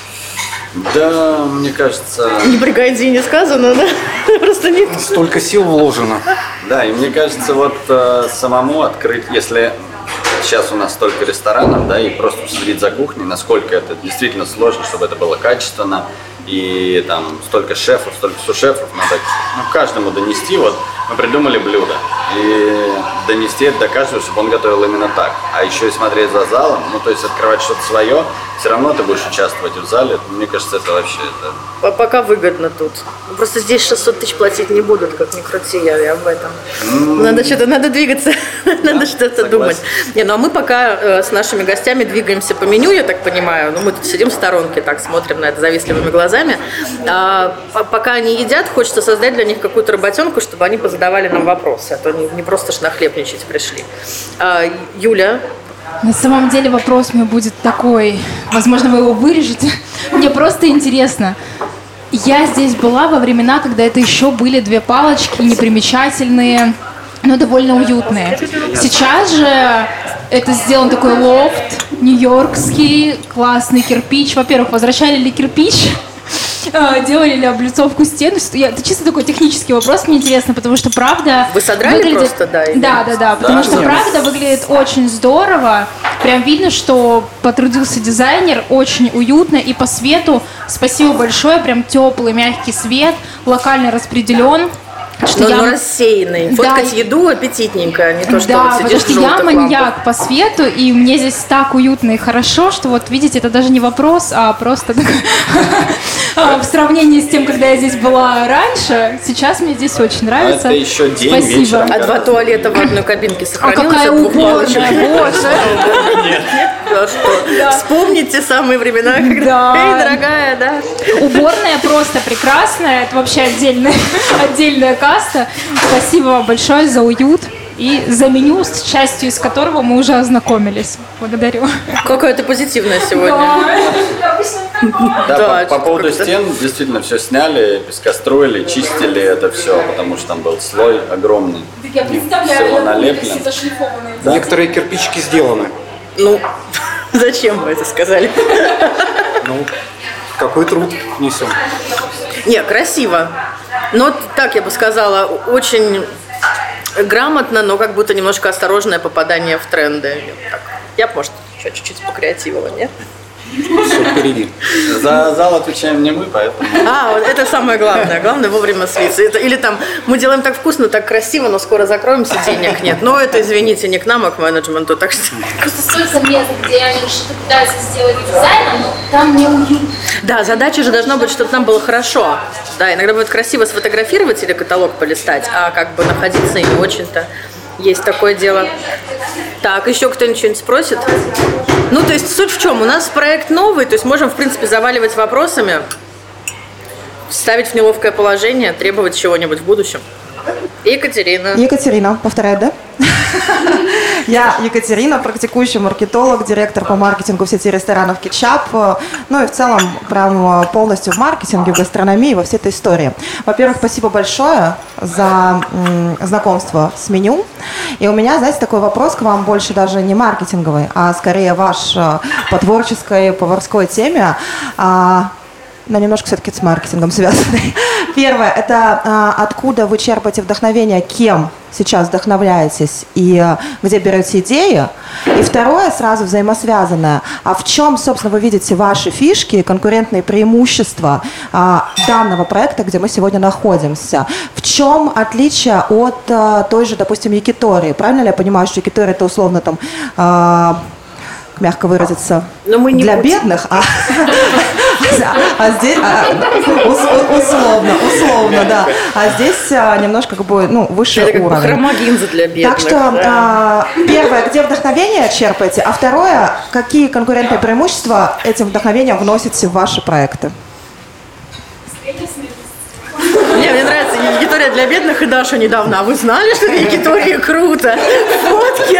Да, мне кажется, Не при Гайдзине сказано, да? Просто нет. Столько сил вложено. да, и мне кажется, вот э, самому открыть, если сейчас у нас столько ресторанов, да, и просто следить за кухней, насколько это действительно сложно, чтобы это было качественно, и там столько шефов, столько сушефов, надо ну, каждому донести, вот мы придумали блюдо, и донести это до каждого, чтобы он готовил именно так, а еще и смотреть за залом, ну, то есть открывать что-то свое, все равно ты будешь участвовать в зале, мне кажется, это вообще, это П- Пока выгодно тут. Просто здесь шестьсот тысяч платить не будут, как ни крути, я, я об этом. Надо что-то, надо двигаться, надо что-то согласен. думать. Не, ну а мы пока э, с нашими гостями двигаемся по меню, я так понимаю. Ну, мы тут сидим в сторонке, так смотрим на это завистливыми глазами. А, по- пока они едят, хочется создать для них какую-то работенку, чтобы они позадавали нам вопросы, а то не, не просто ж нахлебничать пришли. А, Юля, На самом деле вопрос мой будет такой, возможно, вы его вырежете. Мне просто интересно. Я здесь была во времена, когда это еще были две палочки, непримечательные, но довольно уютные. Сейчас же это сделан такой лофт нью-йоркский, классный кирпич. Во-первых, возвращали ли кирпич? А, делали ли облицовку стен? То есть я- Это чисто такой технический вопрос, мне интересно, потому что правда... Вы содрали просто, да, или- Да, да, да, потому Да, что нет. правда выглядит очень здорово. Прям видно, что потрудился дизайнер, очень уютно и по свету. Спасибо большое, прям теплый, мягкий свет, локально распределен. Что Но, я- но рассеянный. Да. Фоткать еду аппетитненько, а не то, что Да, вот потому сидишь что в я желтых маньяк лампах. по свету, и мне здесь так уютно и хорошо, что вот видите, это даже не вопрос, а просто так- а, в сравнении с тем, когда я здесь была раньше, сейчас мне здесь очень нравится. это еще день, Спасибо. вечером. А два туалета в одной кабинке А сохранилось какая от двух палочек? уборная, боже. А что? Вспомните самые времена, когда... Да. Эй, дорогая, да? Уборная просто прекрасная, это вообще отдельная, отдельная каста. Спасибо вам большое за уют и за меню, с частью из которого мы уже ознакомились. Благодарю. Какая ты позитивная сегодня. Да, Да, по, по поводу как-то. стен действительно все сняли, пескостроили, чистили это все, потому что там был слой огромный. Я представляю, Всего налеплено. зашлифованные. Некоторые кирпичики сделаны. Ну, зачем вы это сказали? Ну, какой труд несем. Не, красиво. Но так я бы сказала, очень грамотно, но как будто немножко осторожное попадание в тренды. Так, я бы, может, еще чуть-чуть покреативила, нет? Все впереди. За зал отвечаем не мы, поэтому... А, вот это самое главное. Главное вовремя слиться. Это, или там, мы делаем так вкусно, так красиво, но скоро закроемся, денег нет. Но это, извините, не к нам, а к менеджменту. Так что... Просто столько мест, где они что-то пытаются сделать дизайном, но там не уютно. Да, задача же должна быть, чтобы нам было хорошо. Да, иногда будет красиво сфотографировать или каталог полистать, а как бы находиться и не очень-то. Есть такое дело. Так, еще кто-нибудь что-нибудь спросит? Ну, то есть суть в чем? У нас проект новый, то есть можем, в принципе, заваливать вопросами, ставить в неловкое положение, требовать чего-нибудь в будущем. Екатерина. Екатерина, повторяю, да? Я Екатерина, практикующий маркетолог, директор по маркетингу в сети ресторанов «Кетчап». Ну и в целом прям полностью в маркетинге, в гастрономии, во всей этой истории. Во-первых, спасибо большое за м, знакомство с меню. И у меня, знаете, такой вопрос к вам больше даже не маркетинговый, а скорее ваш э, по творческой, поварской теме. А, но немножко все-таки с маркетингом связанный. Первое, это а, откуда вы черпаете вдохновение, кем сейчас вдохновляетесь и а, где берете идеи. И второе, сразу взаимосвязанное, а в чем, собственно, вы видите ваши фишки, конкурентные преимущества а, данного проекта, где мы сегодня находимся? В чем отличие от а, той же, допустим, Якитории? Правильно ли я понимаю, что Якитория это условно там... А, мягко выразиться, Но мы не для будем. бедных, а, а здесь а, ус- условно, условно, да. А здесь а, немножко как бы ну выше Это как бы уровень. хромогинза для бедных. Так что да. а, первое, где вдохновение черпаете, а второе, какие конкурентные преимущества этим вдохновением вносите в ваши проекты? Не, мне нравится Якитория для бедных и Даша недавно. А вы знали, что Якитория круто? Фотки.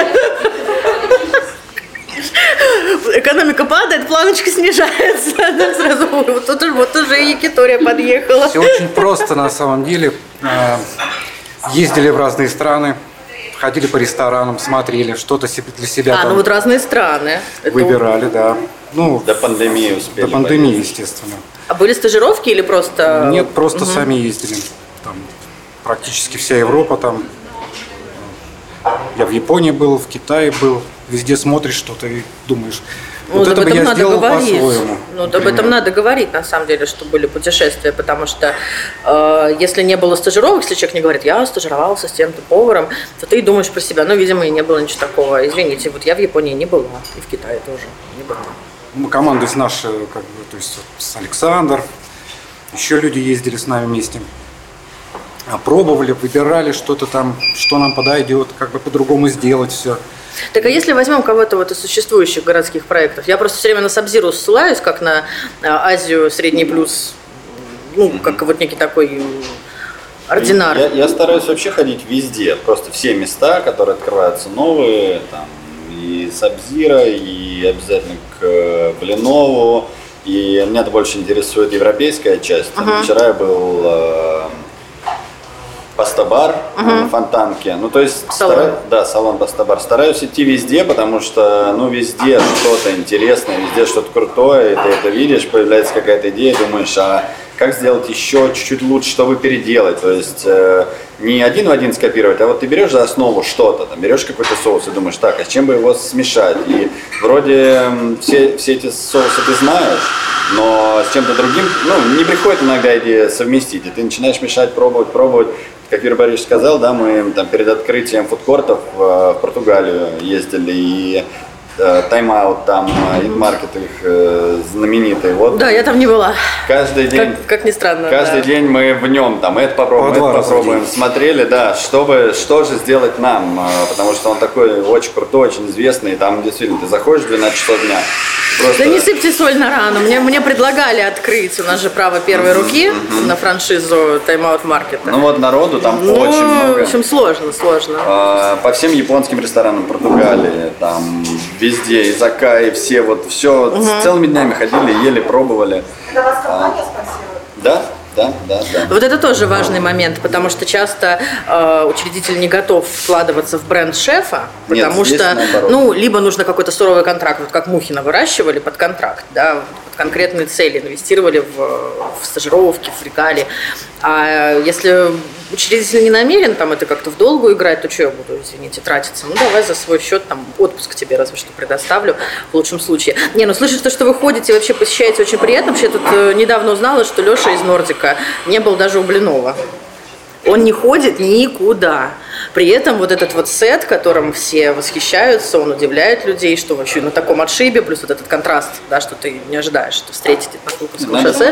Экономика падает, планочка снижается. Да, сразу вот тут, вот уже и Якитория подъехала. Все очень просто на самом деле. Э, Ездили в разные страны, ходили по ресторанам, смотрели, что-то себе для себя А, там ну вот разные страны. Это выбирали, да. Ну, До пандемии успели. до пандемии, поездить. естественно. А были стажировки или просто... Нет, просто сами ездили. Там практически вся Европа там. Я в Японии был, в Китае был. Везде смотришь что-то и думаешь, Ну, вот об это бы этом я надо сделал говорить. по-своему. Ну, об например. этом надо говорить, на самом деле, что были путешествия, потому что э, если не было стажировок, если человек не говорит, я стажировался с тем-то поваром, то ты думаешь про себя, ну, видимо, и не было ничего такого. Извините, вот я в Японии не была, и в Китае тоже не была. Мы команда с нашей, как бы, то есть вот с Александр, еще люди ездили с нами вместе. А пробовали, выбирали что-то там, что нам подойдет, как бы по-другому сделать все. Так а если возьмем кого-то вот из существующих городских проектов, я просто все время на Сабзиру ссылаюсь, как на а, Азию средний плюс, ну, как вот некий такой ординар. Я, я стараюсь вообще ходить везде, просто все места, которые открываются новые, там, и Сабзира, и обязательно к э, Блинову, и меня-то больше интересует европейская часть. Uh-huh. Вчера я был э, Пастабар uh-huh. на Фонтанке, ну то есть Салон. стараюсь, да, салон Пастабар. Стараюсь идти везде, потому что ну везде что-то интересное, везде что-то крутое, и ты это видишь, появляется какая-то идея, думаешь, а как сделать еще чуть-чуть лучше, чтобы переделать. То есть э, не один в один скопировать, а вот ты берешь за основу что-то, там, берешь какой-то соус и думаешь, так, а с чем бы его смешать? И вроде все, все эти соусы ты знаешь, но с чем-то другим, ну, не приходит иногда идея совместить. И ты начинаешь мешать, пробовать, пробовать. Как Юрий Борисович сказал, да, мы там перед открытием фудкортов в, в Португалию ездили, и тайм-аут там, инмаркет их э, знаменитый. Вот. Да, я там не была. Каждый день, как, как ни странно. Каждый да. день мы в нем там это попробуем, По это попробуем, смотрели, да, чтобы, что же сделать нам, потому что он такой очень крутой, очень известный, и там действительно ты заходишь в двенадцать часов дня. Просто... Да не сыпьте соль на рану. Мне, мне предлагали открыть, у нас же право первой mm-hmm, руки mm-hmm. на франшизу Time Out Market. Ну вот народу там ну, очень много. В общем, сложно, сложно. А, по всем японским ресторанам Португалии, там везде, изакаи, все вот, все, mm-hmm. целыми днями ходили, ели, пробовали. Это вас компания спонсирует? Да. Да, да, да. Вот это тоже важный момент, потому что часто э, учредитель не готов вкладываться в бренд шефа, потому Нет, что, наоборот. ну, либо нужно какой-то суровый контракт, вот как Мухина выращивали под контракт, да, под конкретные цели, инвестировали в, в стажировки, в регалии. А если учредитель не намерен там это как-то в долгу играть, то что я буду, извините, тратиться? Ну, давай за свой счет, там, отпуск тебе разве что предоставлю в лучшем случае. Не, ну, слышать то, что вы ходите, вообще посещаете, очень приятно. Вообще, я тут э, недавно узнала, что Леша из Нордика не был даже у Блинова. Он не ходит никуда. При этом вот этот вот сет, которым все восхищаются, он удивляет людей, что вообще на таком отшибе, плюс вот этот контраст, да, что ты не ожидаешь, что встретите на Кулковском шоссе.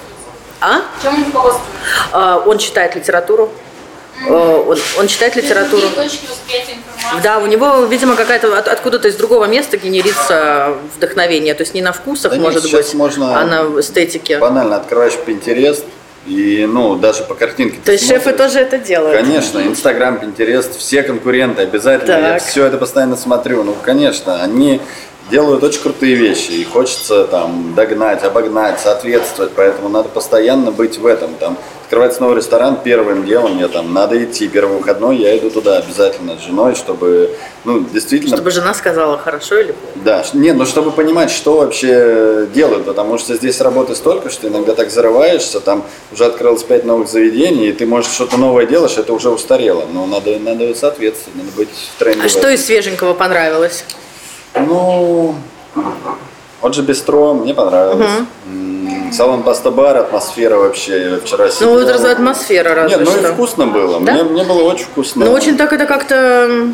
А? Чем он руководствуется? А, он читает литературу. Mm-hmm. Он, он читает литературу. Точки восприятия информации. Да, у него, видимо, какая-то от, откуда-то из другого места генерится вдохновение. То есть не на вкусах, да может нет, быть, можно а на эстетике. Банально открываешь Pinterest и, ну, даже по картинке. То есть шефы тоже это делают? Конечно, Инстаграм, Pinterest, все конкуренты обязательно. Так. Я все это постоянно смотрю. Ну, конечно, они делают очень крутые вещи, и хочется там догнать, обогнать, соответствовать, поэтому надо постоянно быть в этом. Там открывается новый ресторан, первым делом мне там надо идти, первый выходной я иду туда обязательно с женой, чтобы, ну, действительно... Чтобы жена сказала, хорошо или плохо? Да, нет, ну, чтобы понимать, что вообще делают, потому что здесь работы столько, что иногда так зарываешься, там уже открылось пять новых заведений, и ты, может, что-то новое делаешь, это уже устарело, но надо, надо соответствовать, надо быть в тренде. А что из свеженького понравилось? Ну, вот же бистро, мне понравилось. Угу. Салон Паста-бар, атмосфера вообще, я вчера сидел. Ну, вот разве атмосфера разве Нет, что. ну и вкусно было, да? мне, мне было очень вкусно. Ну, очень так это как-то...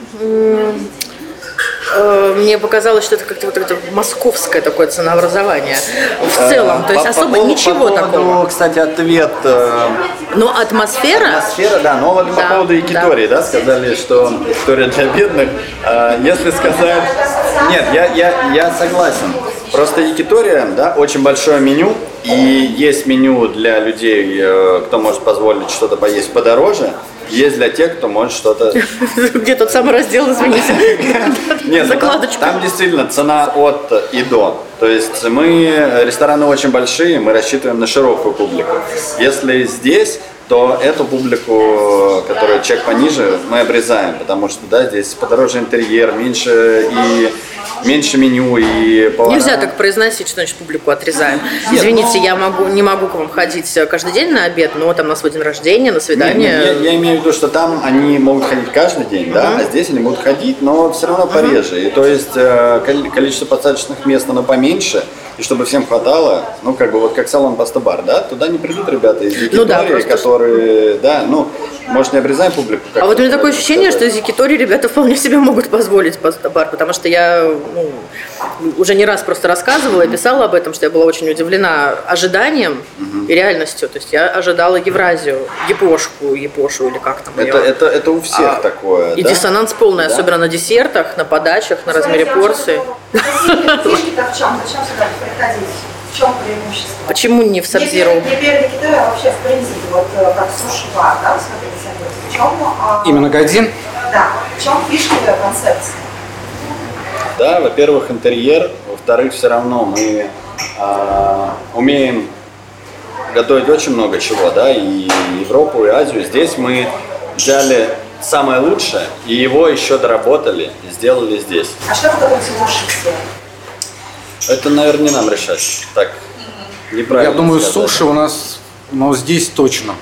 Мне показалось, что это как-то вот это московское такое ценообразование в целом, то есть по, особо по, ничего по поводу, такого. Кстати, ответ. Э, Но атмосфера. Атмосфера, да. Но вот да, по поводу якитории, да. да, сказали, что якитория для бедных. Э, если сказать, нет, я я я согласен. Просто якитория, да, очень большое меню, и есть меню для людей, э, кто может позволить что-то поесть подороже. Есть для тех, кто может что-то... Где тот самый раздел, извините? Нет, закладочку. Там, там действительно цена от и до. То есть мы, рестораны очень большие, мы рассчитываем на широкую публику. Если здесь, то эту публику, которая чек пониже, мы обрезаем, потому что, да, здесь подороже интерьер, меньше и меньше меню и повара. Нельзя так произносить, что значит публику отрезаем. Извините, я могу, не могу к вам ходить каждый день на обед, но там на свой день рождения, на свидание. Нет, нет, я, я имею в виду, что там они могут ходить каждый день, uh-huh. да, а здесь они будут ходить, но все равно пореже. Uh-huh. И то есть количество посадочных мест оно поменьше. И чтобы всем хватало, ну, как бы, вот как салон Паста-бар, да, туда не придут ребята из якитории, ну, да, просто... которые, да, ну, может, не обрезаем публику. А вот у меня такое ощущение, сказать. Что из якитории ребята вполне себе могут позволить Паста-бар, потому что я, ну, уже не раз просто рассказывала и писала об этом, что я была очень удивлена ожиданием угу. и реальностью. То есть я ожидала Евразию, Япошку, Япошу или как там это, это, это у всех а, такое, и да? диссонанс полный, да? Особенно на десертах, на подачах, на размере порции. Фишки-то в чем? Зачем сюда приходить? В чем преимущество? Почему не в Саб-Зиро? Не перед Китаем, а вообще в принципе, вот как суши-бар, да, смотрите, в чем... А... Именно Гайдзин? Да, в чем фишки концепции? Да, во-первых, интерьер, во-вторых, все равно мы а, умеем готовить очень много чего, да, и Европу, и Азию. Здесь мы взяли самое лучшее, и его еще доработали и сделали здесь. А что вы готовите лучше всего? Это, наверное, не нам решать. Так, неправильно Я думаю, сказать. суши у нас но здесь точно.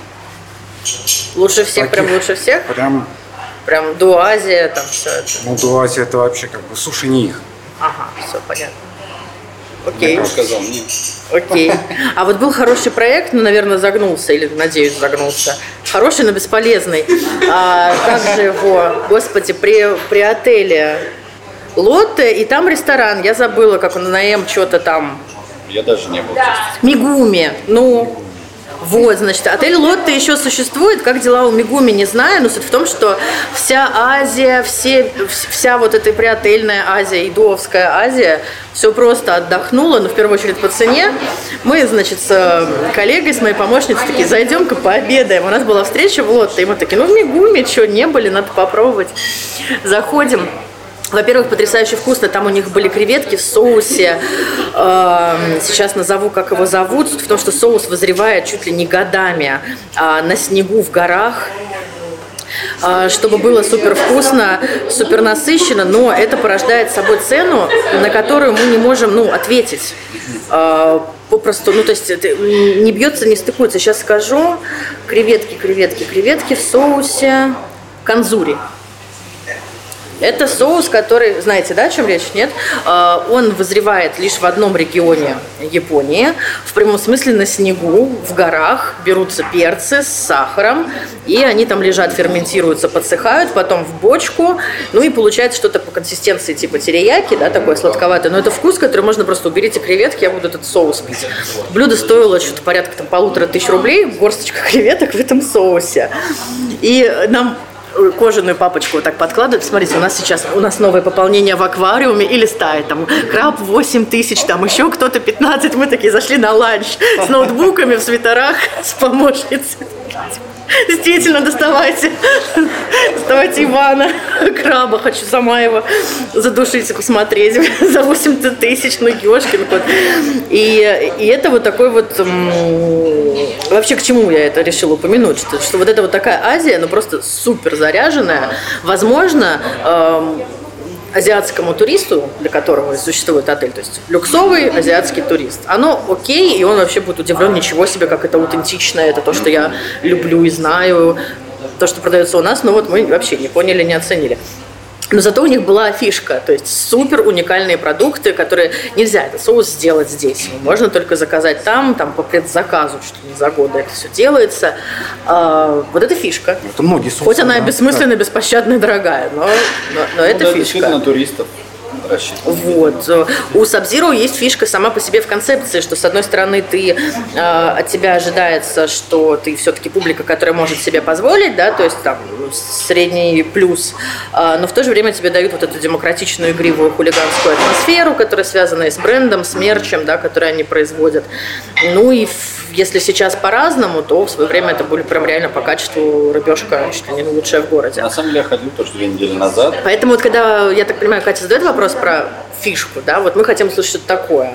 Лучше всех, прям Таких лучше всех? Прям, Прям Дуазия, там все это. ну, Дуази это вообще как бы суши не их. Ага, все понятно. Окей, Я сказал, нет. окей. А вот был хороший проект, ну, наверное, загнулся, или, надеюсь, загнулся. Хороший, но бесполезный. А, как же его, господи, при, при отеле Лотте, и там ресторан, я забыла, как он на М что-то там. Я даже не был, честно. Мигуми, ну... Вот, значит, отель Лотте еще существует. Как дела у Мигуми, не знаю, но суть в том, что вся Азия, все, вся вот эта приотельная Азия, идовская Азия, все просто отдохнула, но в первую очередь по цене. Мы, значит, с коллегой, с моей помощницей такие, зайдем-ка пообедаем. У нас была встреча в Лотте, и мы такие, ну в Мигуми, что, не были, надо попробовать. Заходим. Во-первых, потрясающе вкусно. Там у них были креветки в соусе. Сейчас назову, как его зовут. Суть в том, что соус вызревает чуть ли не годами на снегу в горах. Чтобы было супер вкусно, супер насыщенно, но это порождает собой цену, на которую мы не можем, ну, ответить. Попросту, ну, то есть это не бьется, не стыкуется. Сейчас скажу. Креветки, креветки, креветки в соусе канзури. Это соус, который, знаете, да, о чем речь? Нет? Он вызревает лишь в одном регионе Японии, в прямом смысле на снегу, в горах, берутся перцы с сахаром, и они там лежат, ферментируются, подсыхают, потом в бочку, ну и получается что-то по консистенции типа терияки, да, такое сладковатое, но это вкус, который можно просто уберите креветки, я буду этот соус пить. Блюдо стоило что-то порядка там полутора тысяч рублей, горсточка креветок в этом соусе. И нам кожаную папочку вот так подкладывают. Смотрите, у нас сейчас у нас новое пополнение в аквариуме и листает там краб восемь тысяч, там еще кто-то пятнадцать. Мы такие зашли на ланч с ноутбуками в свитерах, с помощницей. Действительно, доставайте. Доставайте Ивана, краба. Хочу сама его задушить и посмотреть за восемь тысяч, ну, ёшкин кот. И, и это вот такой вот... Вообще, к чему я это решила упомянуть? Что, что вот это вот такая Азия, ну, просто супер заряженная. Возможно, эм, азиатскому туристу, для которого существует отель, то есть люксовый азиатский турист, оно окей, и он вообще будет удивлен, ничего себе, как это аутентично, это то, что я люблю и знаю, то, что продается у нас, но вот мы вообще не поняли, не оценили. Но зато у них была фишка, то есть супер уникальные продукты, которые нельзя этот соус сделать здесь. Можно только заказать там, там по предзаказу, что не за годы это все делается. А, вот это фишка. Это многие соусы. Хоть она да, бессмысленная, беспощадная, дорогая, но, но, но это да, фишка. Действительно, туристов рассчитывать. Вот. У Sub-Zero есть фишка сама по себе в концепции, что с одной стороны ты, э, от тебя ожидается, что ты все-таки публика, которая может себе позволить, да, то есть там средний плюс, э, но в то же время тебе дают вот эту демократичную, игривую, хулиганскую атмосферу, которая связана и с брендом, с мерчем, да, который они производят. Ну и если сейчас по-разному, то в свое время это были прям реально по качеству рыбешка чуть ли не лучшая в городе. На самом деле я ходил тоже две недели назад. Поэтому вот когда, я так понимаю, Катя задает вопрос про фишку, да, вот мы хотим услышать что-то такое.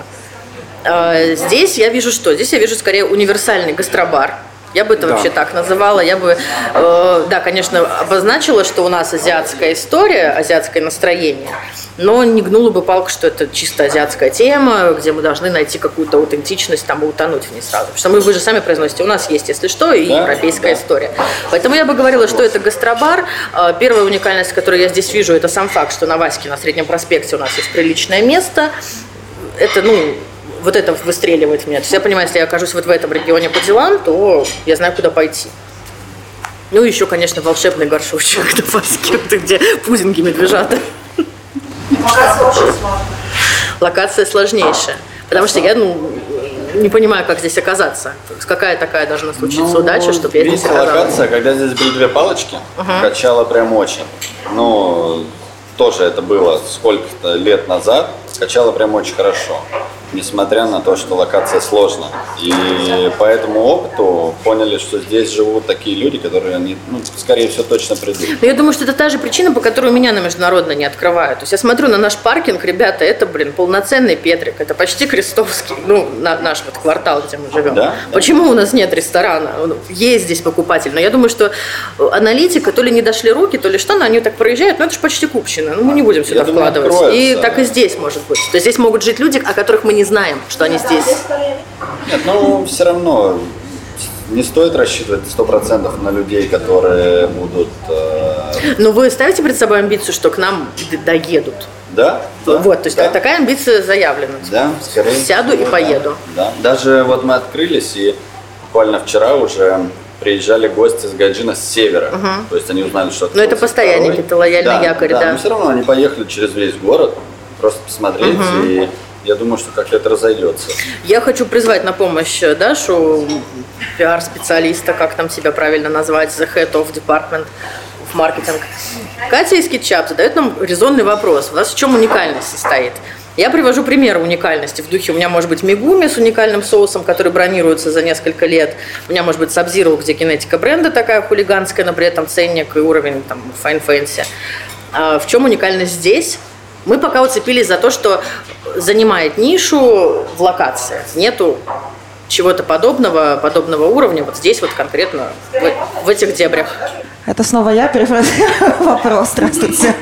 Здесь я вижу что? Здесь я вижу скорее универсальный гастробар. Я бы это да. вообще так называла. Я бы, э, да, конечно, обозначила, что у нас азиатская история, азиатское настроение, но не гнула бы палку, что это чисто азиатская тема, где мы должны найти какую-то аутентичность там и утонуть в ней сразу. Потому что мы, вы же сами произносите, у нас есть, если что, и да, европейская да. история. Поэтому я бы говорила, что это гастробар. Первая уникальность, которую я здесь вижу, это сам факт, что на Ваське, на Среднем проспекте у нас есть приличное место. Это, ну... Вот это выстреливает в меня. То есть я понимаю, если я окажусь вот в этом регионе по делам, то я знаю, куда пойти. Ну и еще, конечно, волшебный горшочек на Ваське, где пудинги медвежата. Локация очень сложная. Локация сложнейшая. Потому что я, ну, не понимаю, как здесь оказаться. То есть какая такая должна случиться ну, удача, чтобы я здесь оказалась. Локация, когда здесь были две палочки, uh-huh. качала прям очень. Ну, тоже это было сколько-то лет назад, качала прям очень хорошо. Несмотря на то, что локация сложная. И по этому опыту поняли, что здесь живут такие люди, которые, они, ну, скорее всего, точно придут. Но я думаю, что это та же причина, по которой меня на международное не открывают. То есть я смотрю на наш паркинг, ребята, это, блин, полноценный Петрик, это почти Крестовский, ну, на, наш вот квартал, где мы живем. Да? Почему у нас нет ресторана? Есть здесь покупатель, но я думаю, что аналитика, то ли не дошли руки, то ли что, но они так проезжают, но это же почти купщина, ну, мы не будем сюда я вкладывать. Думаю, и так и здесь может быть. То есть здесь могут жить люди, о которых мы не знаем, что они здесь. Нет, ну все равно не стоит рассчитывать сто процентов на людей, которые будут... Э... Но вы ставите перед собой амбицию, что к нам доедут? Да, да. Вот, то есть да. такая амбиция заявлена. Да, скорее. Сяду и поеду. Да. Даже вот мы открылись, и буквально вчера уже приезжали гости с Гайджина с севера. Угу. То есть они узнали, что... Но это постоянники, это лояльный да, якорь, да. да. Но все равно они поехали через весь город, просто посмотреть, угу. и я думаю, что как-то это разойдется. Я хочу призвать на помощь Дашу, пиар-специалиста, как там себя правильно назвать, the head of department в маркетинг. Катя из Кетчап задает нам резонный вопрос. У нас в чем уникальность состоит? Я привожу примеры уникальности в духе. У меня может быть мегуми с уникальным соусом, который бронируется за несколько лет. У меня может быть сабзиру, где генетика бренда такая хулиганская, но при этом ценник и уровень там fine fancy. А в чем уникальность здесь? Мы пока уцепились за то, что занимает нишу в локации. Нету чего-то подобного, подобного уровня вот здесь вот конкретно, в, в этих дебрях. Это снова я перефразирую вопрос. Здравствуйте.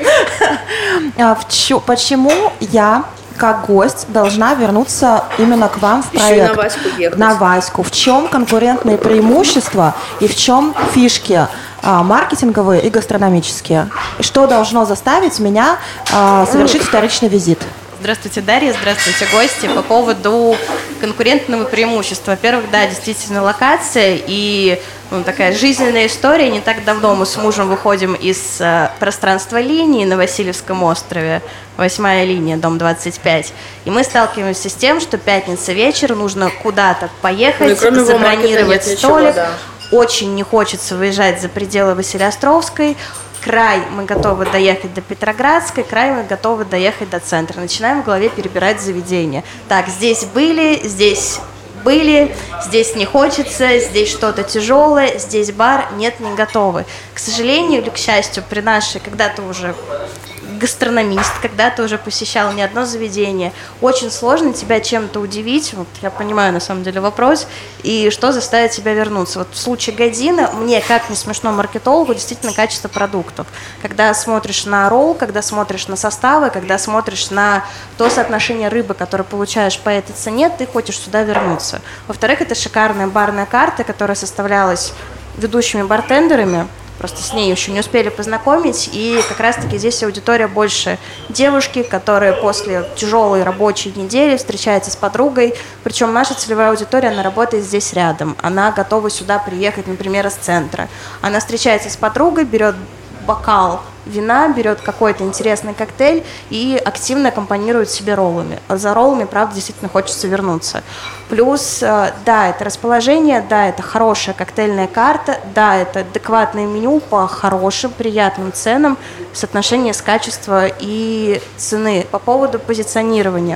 Почему я, как гость, должна вернуться именно к вам в проект? Еще и на Ваську ехать. На Ваську. В чем конкурентные преимущества и в чем фишки маркетинговые и гастрономические? И что должно заставить меня совершить вторичный визит? Здравствуйте, Дарья, здравствуйте, гости. По поводу конкурентного преимущества. Во-первых, да, действительно локация и ну, такая жизненная история. Не так давно мы с мужем выходим из э, пространства линии на Васильевском острове, восьмая линия, дом двадцать пять. И мы сталкиваемся с тем, что пятница вечер, нужно куда-то поехать, ну, забронировать столик. Ничего, да. Очень не хочется выезжать за пределы Василеостровской. Край мы готовы доехать до Петроградской, край мы готовы доехать до центра. Начинаем в голове перебирать заведения. Так, здесь были, здесь были, здесь не хочется, здесь что-то тяжелое, здесь бар, нет, не готовы. К сожалению или к счастью, при нашей когда-то уже гастрономист, когда ты уже посещал не одно заведение, очень сложно тебя чем-то удивить, вот я понимаю на самом деле вопрос, и что заставит тебя вернуться. Вот в случае Гайдзина, мне, как не смешно маркетологу, действительно качество продуктов. Когда смотришь на ролл, когда смотришь на составы, когда смотришь на то соотношение рыбы, которое получаешь по этой цене, ты хочешь сюда вернуться. Во-вторых, это шикарная барная карта, которая составлялась ведущими бартендерами, просто с ней еще не успели познакомить, и как раз-таки здесь аудитория больше девушки, которые после тяжелой рабочей недели встречаются с подругой, причем наша целевая аудитория, она работает здесь рядом, она готова сюда приехать, например, из центра. Она встречается с подругой, берет бокал вина, берет какой-то интересный коктейль и активно аккомпанирует себе роллами. А за роллами, правда, действительно хочется вернуться. Плюс, да, это расположение, да, это хорошая коктейльная карта, да, это адекватное меню по хорошим, приятным ценам, соотношение с качества и цены. По поводу позиционирования.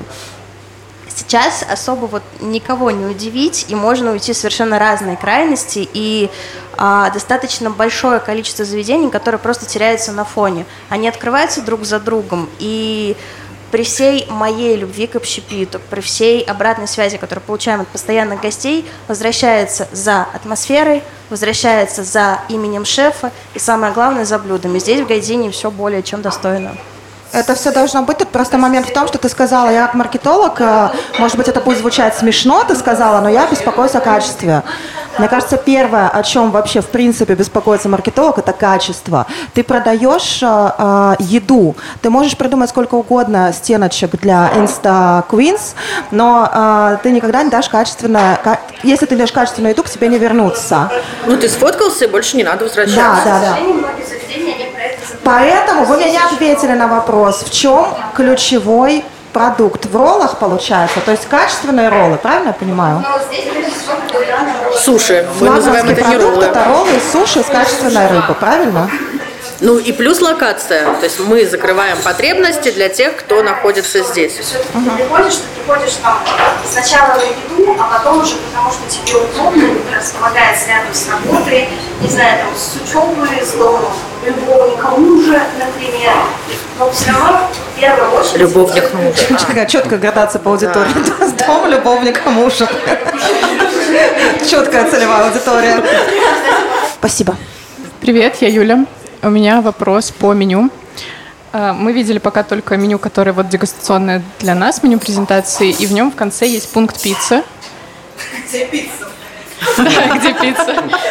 Сейчас особо вот никого не удивить, и можно уйти в совершенно разные крайности, и а, достаточно большое количество заведений, которые просто теряются на фоне. Они открываются друг за другом, и при всей моей любви к общепиту, при всей обратной связи, которую получаем от постоянных гостей, возвращается за атмосферой, возвращается за именем шефа, и самое главное, за блюдами. Здесь в Гайдзине все более чем достойно. Это все должно быть. Тут просто момент в том, что ты сказала, я как маркетолог, может быть, это будет звучать смешно, ты сказала, но я беспокоюсь о качестве. Мне кажется, первое, о чем вообще, в принципе, беспокоится маркетолог, это качество. Ты продаешь э, еду, ты можешь придумать сколько угодно стеночек для Insta Queens, но э, ты никогда не дашь качественное... Если ты даешь качественную еду, к тебе не вернуться. Ну, ты сфоткался, и больше не надо возвращаться. Да, да, да. Поэтому вы мне не ответили на вопрос, в чем ключевой продукт в роллах получается, то есть качественные роллы, правильно я понимаю? Суши, мы называем это не роллы. Это роллы и суши с качественной рыбой, правильно? Ну и плюс локация, то есть мы закрываем потребности для тех, кто находится здесь. Угу. Ты приходишь, ты приходишь там сначала на еду, а потом уже потому, что тебе удобно, располагается рядом с работой, не знаю, там, с учебой, с домом, любовника мужа, например. Но все равно в первую очередь... Любовник мужа. Какая четкая градация по аудитории. С домом, любовника мужа. Четкая целевая аудитория. Спасибо. Привет, я Юля. У меня вопрос по меню. Мы видели пока только меню, которое вот дегустационное для нас, меню презентации, и в нем в конце есть пункт пицца. Где пицца?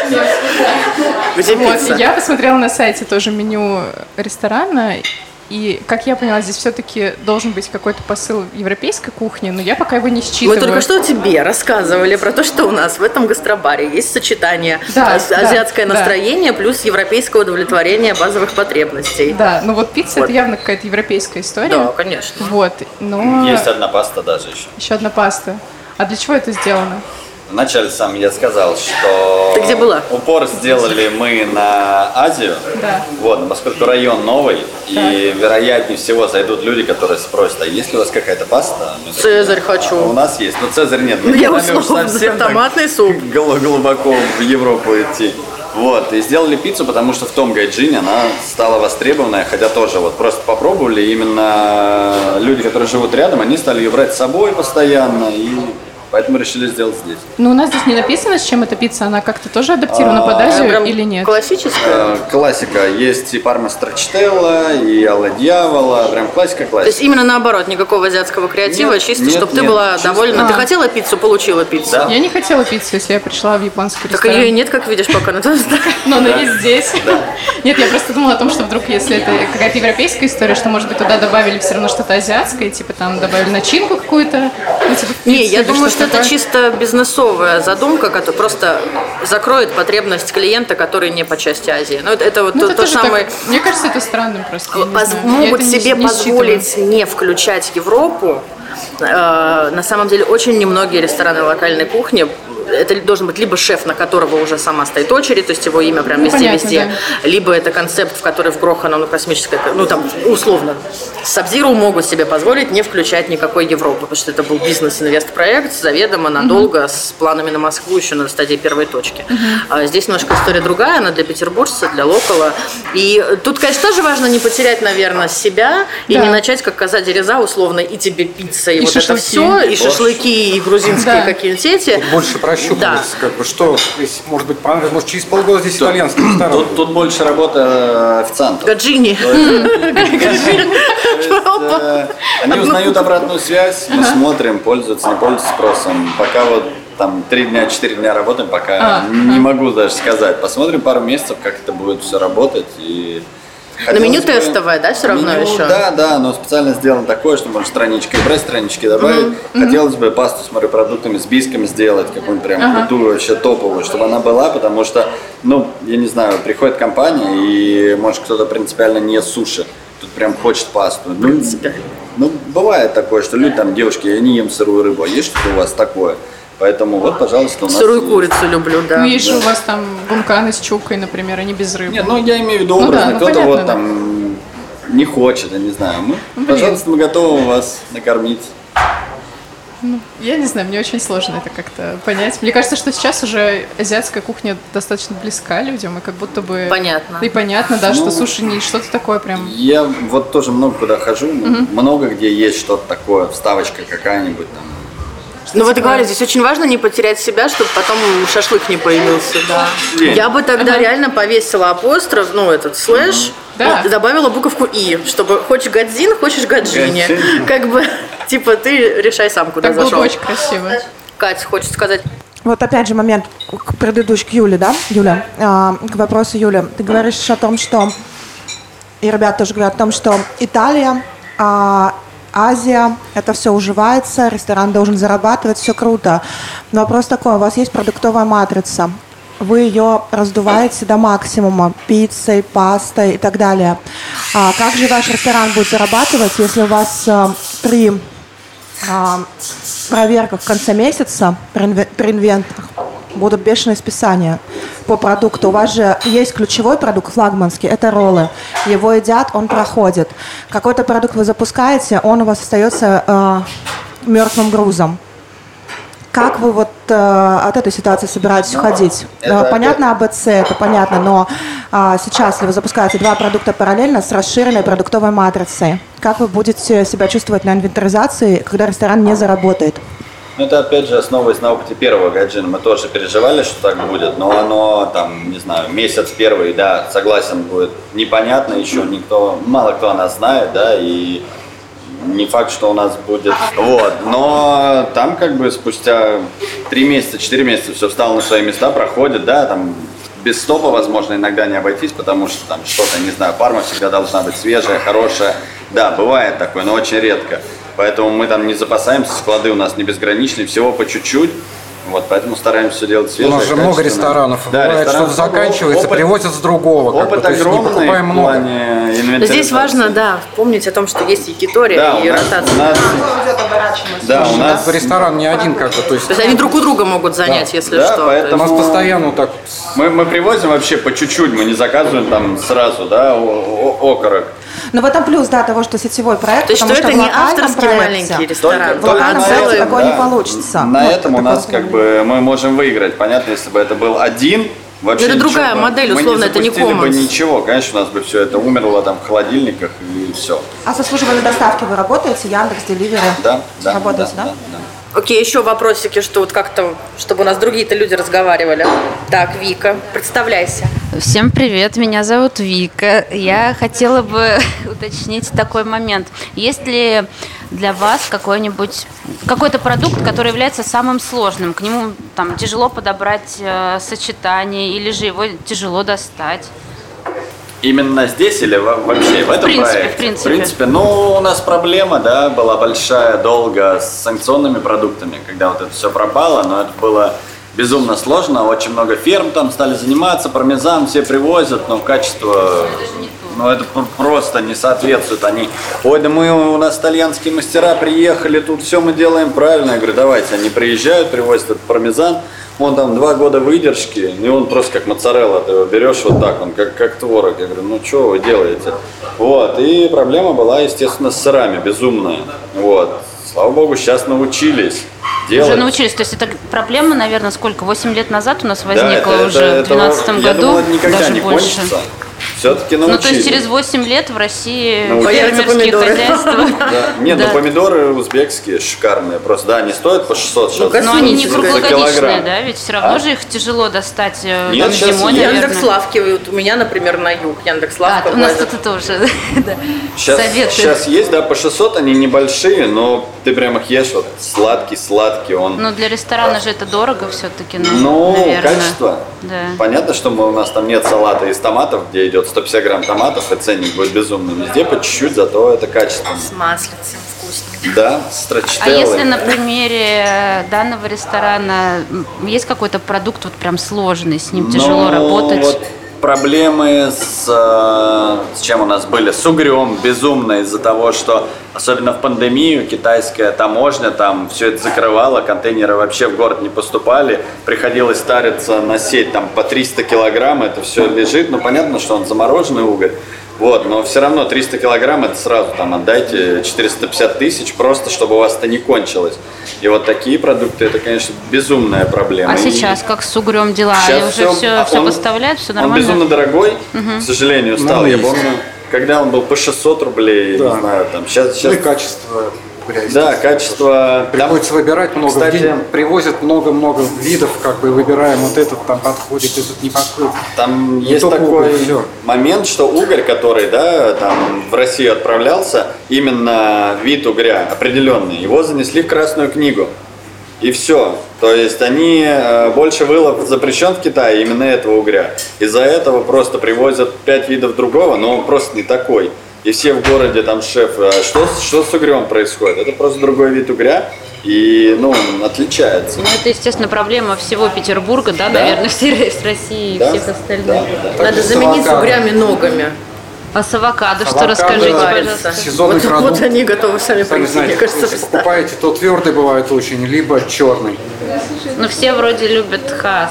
Где Вот, пицца? я посмотрела на сайте тоже меню ресторана, и, как я поняла, здесь все-таки должен быть какой-то посыл европейской кухни, но я пока его не считываю. Мы только что тебе рассказывали про то, что у нас в этом гастробаре есть сочетание Да, аз- да, азиатское да. настроение плюс европейское удовлетворение базовых потребностей. Да, ну вот пицца Вот. это явно какая-то европейская история. Да, конечно. Вот, но Есть одна паста даже еще. еще одна паста. А для чего это сделано? Вначале сам я сказал, что Ты где была? упор сделали мы на Азию. Да. Вот, но поскольку район новый, и вероятнее всего зайдут люди, которые спросят, а есть ли у вас какая-то паста? Мы такие, Цезарь хочу. «А у нас есть, но Цезарь нет. Ну, я Нам уж условно, совсем так томатный суп. гл- глубоко в Европу идти. Вот, и сделали пиццу, потому что в том Гайджине она стала востребованная, хотя тоже вот просто попробовали, именно люди, которые живут рядом, они стали ее брать с собой постоянно, и поэтому решили сделать здесь. Ну, у нас здесь не написано, с чем эта пицца, она как-то тоже адаптирована под Она Азию прям или нет? классическая? Э, Классика. Есть и парма страчителла, и алла дьявола. Прям классика, То есть классика. именно наоборот, никакого азиатского креатива, Нет, чисто, нет, чтобы ты нет, была чисто. довольна. Ты А. хотела пиццу, получила пиццу. Да. Я не хотела пиццу, если я пришла в японский Так ресторан. ее и нет, как видишь, пока. Ну, то есть, да. Но она есть здесь. Нет, я просто думала о том, что вдруг, если это какая-то европейская история, что, может быть, туда добавили все равно что-то азиатское, типа там добавили начинку какую-то. Ну, типа, в Не, пиццу я или думаю, что что-то это такое. чисто бизнесовая задумка, которая просто закроет потребность клиента, который не по части Азии. Ну, это, это вот Ну, то, это то тоже самое. так- мне кажется, это странным просто. я не Поз- знаю. Я могут это не- себе не позволить не включать Европу. Э, на самом деле очень немногие рестораны локальной кухни. Это должен быть либо шеф, на которого уже сама стоит очередь, то есть его имя прям Ну, везде-везде, понятно, либо это концепт, в который вгрохано, ну, космическое, ну, там, условно, Сабзиру могут себе позволить не включать никакой Европы, потому что это был бизнес-инвест-проект, заведомо, надолго, с планами на Москву еще на стадии первой точки. А здесь немножко история другая, она для петербуржца, для локала. И тут, конечно, тоже важно не потерять, наверное, себя и Да. не начать, как коза дереза, условно, и тебе пицца, и, И вот это шашлыки. все, и шашлыки, и грузинские Да. какие-нибудь эти. Больше прощупывается, как бы, что, если, может быть, понравится, может, через полгода здесь итальянский ресторан. Тут, тут больше работа официантов. Гаджини. Э, Они узнают обратную связь, мы смотрим, пользуются, не пользуются спросом. Пока вот там три дня, четыре дня работаем, пока А, не могу даже сказать. Посмотрим пару месяцев, как это будет все работать. И Но меню хотелось бы- тестовое, да, все равно Меню, еще? Да, да, но специально сделано такое, что можно страничкой брать, странички добавить. Хотелось бы пасту с морепродуктами, с бисками сделать, какую-нибудь прям крутую, вообще топовую, чтобы она была, потому что, ну, я не знаю, приходит компания, и может кто-то принципиально не ест суши, тут прям хочет пасту. Ну, Принципиально. ну, бывает такое, что люди там, девушки, я не ем сырую рыбу, а есть что-то у вас такое? Поэтому вот, пожалуйста, у нас... Сырую курицу люблю, да. Ну, есть же у вас там гунканы с чукой, например, они без рыбы. Нет, ну я имею в виду Ну образно, да, ну кто-то понятно, вот да. там не хочет, я не знаю. Мы, блин. пожалуйста, мы готовы вас накормить. Ну, я не знаю, мне очень сложно это как-то понять. Мне кажется, что сейчас уже азиатская кухня достаточно близка людям, и как будто бы... Понятно. И понятно, да, что Ну, суши не что-то такое прям... Я вот тоже много куда хожу, много где есть что-то такое, вставочка какая-нибудь там. Ну вот и говорю, здесь очень важно не потерять себя, чтобы потом шашлык не появился. Да. Я бы тогда реально повесила апостроф, ну этот слэш, Да. и добавила буковку и, чтобы хочешь гадзин, хочешь гаджини. Гаджини. Как бы, типа, ты решай сам, куда Так было зашел. бы очень красиво. Кать, хочет сказать. Вот опять же момент к предыдущей, к Юле, да, Юля, а, к вопросу Юли. Ты говоришь о том, что, и ребята тоже говорят о том, что Италия, а, Азия, это все уживается, ресторан должен зарабатывать, все круто. Но вопрос такой, у вас есть продуктовая матрица, вы ее раздуваете до максимума пиццей, пастой и так далее. А как же ваш ресторан будет зарабатывать, если у вас а, три а, проверка в конце месяца при, инве- при инвентах будут бешеные списания по продукту. У вас же есть ключевой продукт флагманский, это роллы. Его едят, он проходит. Какой-то продукт вы запускаете, он у вас остается э, мертвым грузом. Как вы вот э, от этой ситуации собираетесь уходить? это Э, понятно, АБЦ, это понятно, но а, сейчас, если вы запускаете два продукта параллельно с расширенной продуктовой матрицей, как вы будете себя чувствовать на инвентаризации, когда ресторан не заработает? Ну, это опять же основываясь на опыте первого гаджина. Мы тоже переживали, что так будет, но оно там, не знаю, месяц первый, да, согласен, будет непонятно еще, никто, мало кто о нас знает, да, и не факт, что у нас будет. Вот. Но там как бы спустя три месяца, четыре месяца все встало на свои места, проходит, да, там без стопа, возможно, иногда не обойтись, потому что там что-то, не знаю, парма всегда должна быть свежая, хорошая. Да, бывает такое, но очень редко. Поэтому мы там не запасаемся, склады у нас не безграничные, всего по чуть-чуть. Вот, поэтому стараемся все делать свежее. У нас же много ресторанов. Да, Бывает, что-то заканчивается, опыт, привозят с другого. Опыт как бы, огромный в много. плане Здесь важно, да, помнить о том, что есть якитория да, и у нас, ротация. У нас, да, у нас ресторан не один, как бы. То есть, то есть они друг у друга могут занять, да. если да, что. Поэтому у нас постоянно так. Мы, мы привозим вообще по чуть-чуть, мы не заказываем там сразу, да, окорок. Но в этом плюс, да, того, что сетевой проект, то есть, потому что, что это не авторский маленький ресторан. В локальном проекте такое да. не получится. На вот, этом у нас как бы мы можем выиграть. Понятно, если бы это был один, вообще это другая бы, модель, условно, не это не commons. бы commons. ничего, конечно, у нас бы все это умерло там в холодильниках и все. А со службами доставки вы работаете? Яндекс, Деливери? Да, да. Работаете, да? да, да, да. Окей, еще вопросики, что вот как-то, чтобы у нас другие-то люди разговаривали. Так, Вика, представляйся. Всем привет, меня зовут Вика. Я хотела бы уточнить такой момент. Есть ли для вас какой-нибудь какой-то продукт, который является самым сложным? К нему там тяжело подобрать э, сочетание или же его тяжело достать? Именно здесь или вообще в этом в принципе, проекте? В принципе. В принципе, ну, у нас проблема, да, была большая, долго с санкционными продуктами, когда вот это все пропало, но это было безумно сложно, очень много ферм там стали заниматься, пармезан все привозят, но качество, ну, это просто не соответствует. Они, ой, да мы, у нас итальянские мастера приехали, тут все мы делаем правильно. Я говорю, давайте, они приезжают, привозят этот пармезан, он там два года выдержки, и он просто как моцарелла, ты его берешь вот так, он как, как творог. Я говорю, ну что вы делаете? Вот, и проблема была, естественно, с сырами, безумная. Вот, слава богу, сейчас научились делать. Уже научились, то есть это проблема, наверное, сколько, восемь лет назад у нас возникла, да, это, уже это, в двенадцатом году, я думал, это никогда даже не больше. Кончится. Все-таки научились. Ну, то есть через восемь лет в России ну, фермерские хозяйства. Да. Нет, да. ну помидоры узбекские шикарные. Просто, да, они стоят по шестьсот сейчас. Но они не круглогодичные, да? Ведь все равно а? же их тяжело достать. Нет, там, сейчас зимой, есть. Яндекс.Лавки, вот у меня, например, на юг. Яндекс.Лавка. А, у нас тут тоже. сейчас, сейчас есть, да, по шестьсот, они небольшие, но ты прям их ешь, вот сладкий-сладкий он. Ну, для ресторана же это дорого все-таки, ну, наверное. качество. Да. Понятно, что мы, у нас там нет салата из томатов, где идет сто пятьдесят грамм томатов, и ценник будет безумный. Везде по чуть-чуть, зато это качественно. С маслицем вкусненько. Да, строчителлы. А если на примере данного ресторана есть какой-то продукт вот прям сложный, с ним тяжело ну, работать? Вот проблемы с, с чем у нас были? С угрем безумно из-за того, что особенно в пандемию китайская таможня там все это закрывала, контейнеры вообще в город не поступали, приходилось тариться на сеть там по триста килограмм, это все лежит, ну понятно, что он замороженный уголь. Вот, но все равно триста килограмм это сразу там отдайте четыреста пятьдесят тысяч, просто чтобы у вас это не кончилось. И вот такие продукты, это, конечно, безумная проблема. А сейчас как с угрем дела? Сейчас уже все, все, все он, поставляют, все нормально? Он безумно дорогой, угу. к сожалению, стал. Ну, я помню, когда он был по шестьсот рублей, да. не знаю, там сейчас... сейчас... Ну и качество. Да, качество. Приходится там, выбирать много. Кстати, в день привозят много-много видов, как бы выбираем, вот этот там подходит, этот не подходит. Там не есть такой уголь, момент, что уголь, который, да, там в Россию отправлялся, именно вид угря определенный, его занесли в Красную книгу. И все. То есть они больше вылов запрещен в Китае именно этого угря. Из-за этого просто привозят пять видов другого, но он просто не такой. И все в городе, там, шеф, что, что с угрем происходит? Это просто другой вид угря, и, ну, он отличается. Ну, это, естественно, проблема всего Петербурга, да, да? наверное, всей России и да? всех остальных. Да, да. Надо заменить с угрями ногами. А с авокадо, с что авокадо, расскажите, да, пожалуйста? Сезонный вот, продукт. Вот они готовы сами прийти, знаете, мне кажется, если покупаете, то твердый бывает очень, либо черный. Ну, все вроде любят хас.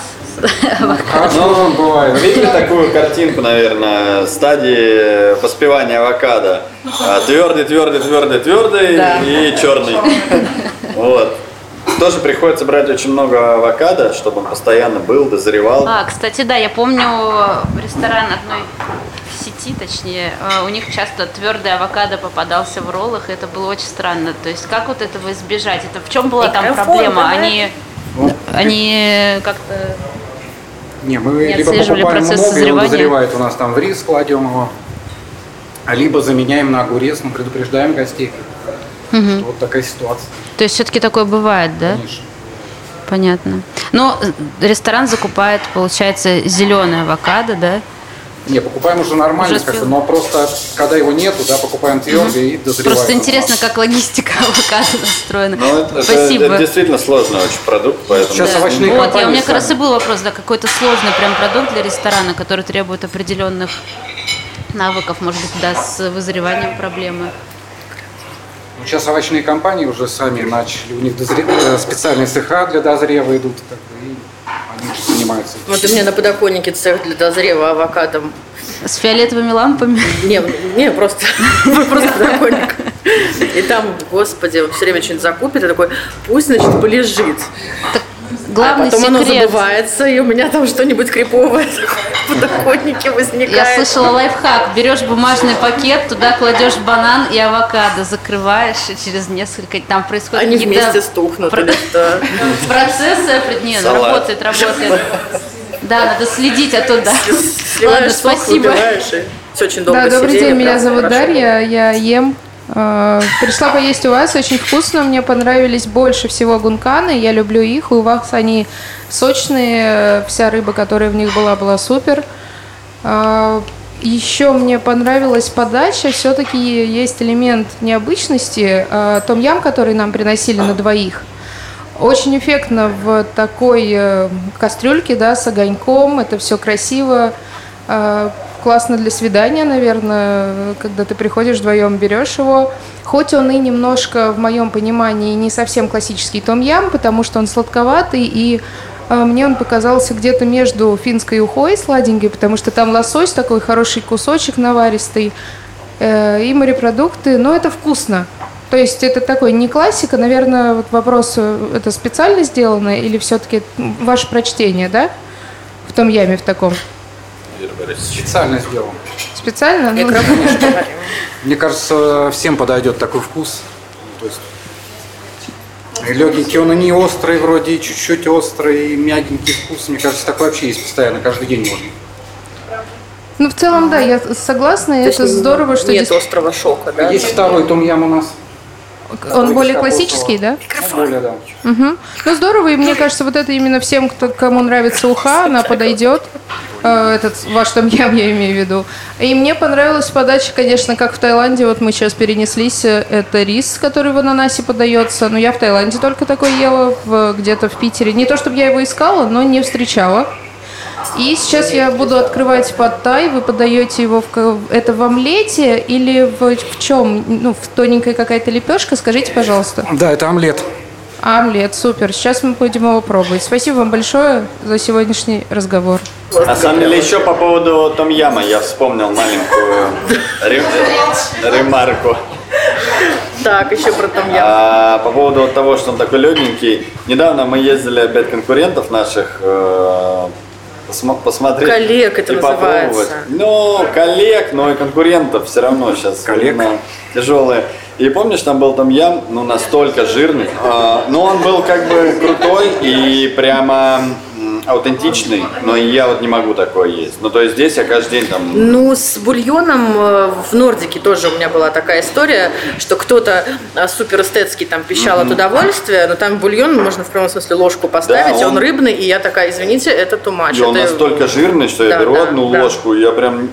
Ну, бывает. Видели такую картинку, наверное, стадии поспевания авокадо? Твердый, твердый, твердый, твердый да. и черный. Вот. Тоже приходится брать очень много авокадо, чтобы он постоянно был, дозревал. А, кстати, да, я помню ресторан одной сети, точнее, у них часто твердый авокадо попадался в роллах, и это было очень странно. То есть как вот этого избежать? Это в чем была там проблема? Они, они как-то Не, мы не либо отслеживали покупаем процесс много, созревания. и он дозревает у нас там в рис, кладем его, либо заменяем на огурец, мы предупреждаем гостей. Угу. Вот такая ситуация. То есть все-таки такое бывает, да? Конечно. Понятно. Но ресторан закупает, получается, зеленый авокадо, да? Не, покупаем уже нормально, Уже как бы, спел. но просто когда его нету, да, покупаем твердый и дозреваем. Просто интересно, как логистика авокадо настроена. Ну, это, Спасибо. Это, это действительно сложный очень продукт, поэтому... Сейчас Да. овощные Вот, компании я, у меня как сами. раз и был вопрос, да, какой-то сложный прям продукт для ресторана, который требует определенных навыков, может быть, да, с вызреванием проблемы. Ну, сейчас овощные компании уже сами начали, у них дозре... э, специальные цеха для дозрева идут, как бы, и они уже занимаются. Вот у меня на подоконнике цех для дозрева авокадо. С фиолетовыми лампами? Не, не, просто, просто подоконник. И там, господи, он все время что-нибудь закупит, и такой, пусть, значит, полежит. Главный а потом секрет. оно забывается, и у меня там что-нибудь криповое в подоконнике возникает. Я слышала лайфхак. Берешь бумажный пакет, туда кладешь банан и авокадо, закрываешь, и через несколько там происходит Они какие-то вместе стухнут про- или что? процессы. Не, ну, Салат. работает, работает. Да, надо следить, а то да. Ладно, Сливаешь сок, спасибо. выпиваешь, и все очень долго Да, добрый сидели, день, меня прям зовут хорошо. Дарья, я ем. Э, Пришла поесть у вас, очень вкусно, мне понравились больше всего гунканы, я люблю их, у вас они сочные, вся рыба, которая в них была, была супер. Э, Еще мне понравилась подача, все-таки есть элемент необычности. Э, Том-ям, который нам приносили на двоих, очень эффектно в такой э, кастрюльке, да, с огоньком, это все красиво. Э, Классно для свидания, наверное, когда ты приходишь вдвоем, берешь его. Хоть он и немножко, в моем понимании, не совсем классический том-ям, потому что он сладковатый, и э, мне он показался где-то между финской ухой сладенькой, потому что там лосось такой хороший кусочек наваристый, э, и морепродукты, но это вкусно. То есть это такой не классика, наверное, вот вопрос, э, это специально сделано или все-таки ваше прочтение, да, в том-яме в таком? Специально сделан. Специально? Я Ну, к работе что говорю. Мне кажется, всем подойдет такой вкус. То есть, и легенький, он и не острый вроде, и чуть-чуть острый, и мягенький вкус. Мне кажется, такой вообще есть постоянно, каждый день можно. ну, в целом, да, я согласна, и То это есть здорово, что нет здесь- острого шока, да? Есть второй том-ям у нас. он более классический, да? Ну, более, да. Угу. Ну, здорово, и мне кажется, вот это именно всем, кто, кому нравится уха, она подойдет. Э, Этот ваш том-ям, я имею в виду. И мне понравилась подача, конечно, как в Таиланде. Вот мы сейчас перенеслись. э, Это рис, который в ананасе подается. Но я в Таиланде только такой ела, в- где-то в Питере. Не то, чтобы я его искала, но не встречала. И сейчас я буду открывать пад-тай. Вы подаете его в ка- это в омлете или в, в чем? Ну, в тоненькая какая-то лепешка? Скажите, пожалуйста. Да, это омлет. Омлет, супер. Сейчас мы будем его пробовать. Спасибо вам большое за сегодняшний разговор. На самом деле, еще по поводу том-яма я вспомнил маленькую ре- ремарку. Так, еще про том-ям. А, по поводу вот того, что он такой легенький. Недавно мы ездили опять конкурентов наших э, посмо- посмотреть. Коллег это и попробовать. называется. Ну, коллег, но и конкурентов все равно сейчас Коллег. тяжелые. И помнишь, там был том-ям, ну, настолько жирный, а, но он был как бы крутой и прямо м, аутентичный, но я вот не могу такое есть. Ну, то есть здесь я каждый день там... Ну, с бульоном э, в Нордике тоже у меня была такая история, что кто-то э, супер эстетский там пищал от удовольствия, но там бульон можно в прямом смысле ложку поставить, Да, он... он- рыбный, и я такая, извините, это too much. И он это- настолько жирный, что я Да, беру да, одну да. ложку, и я прям...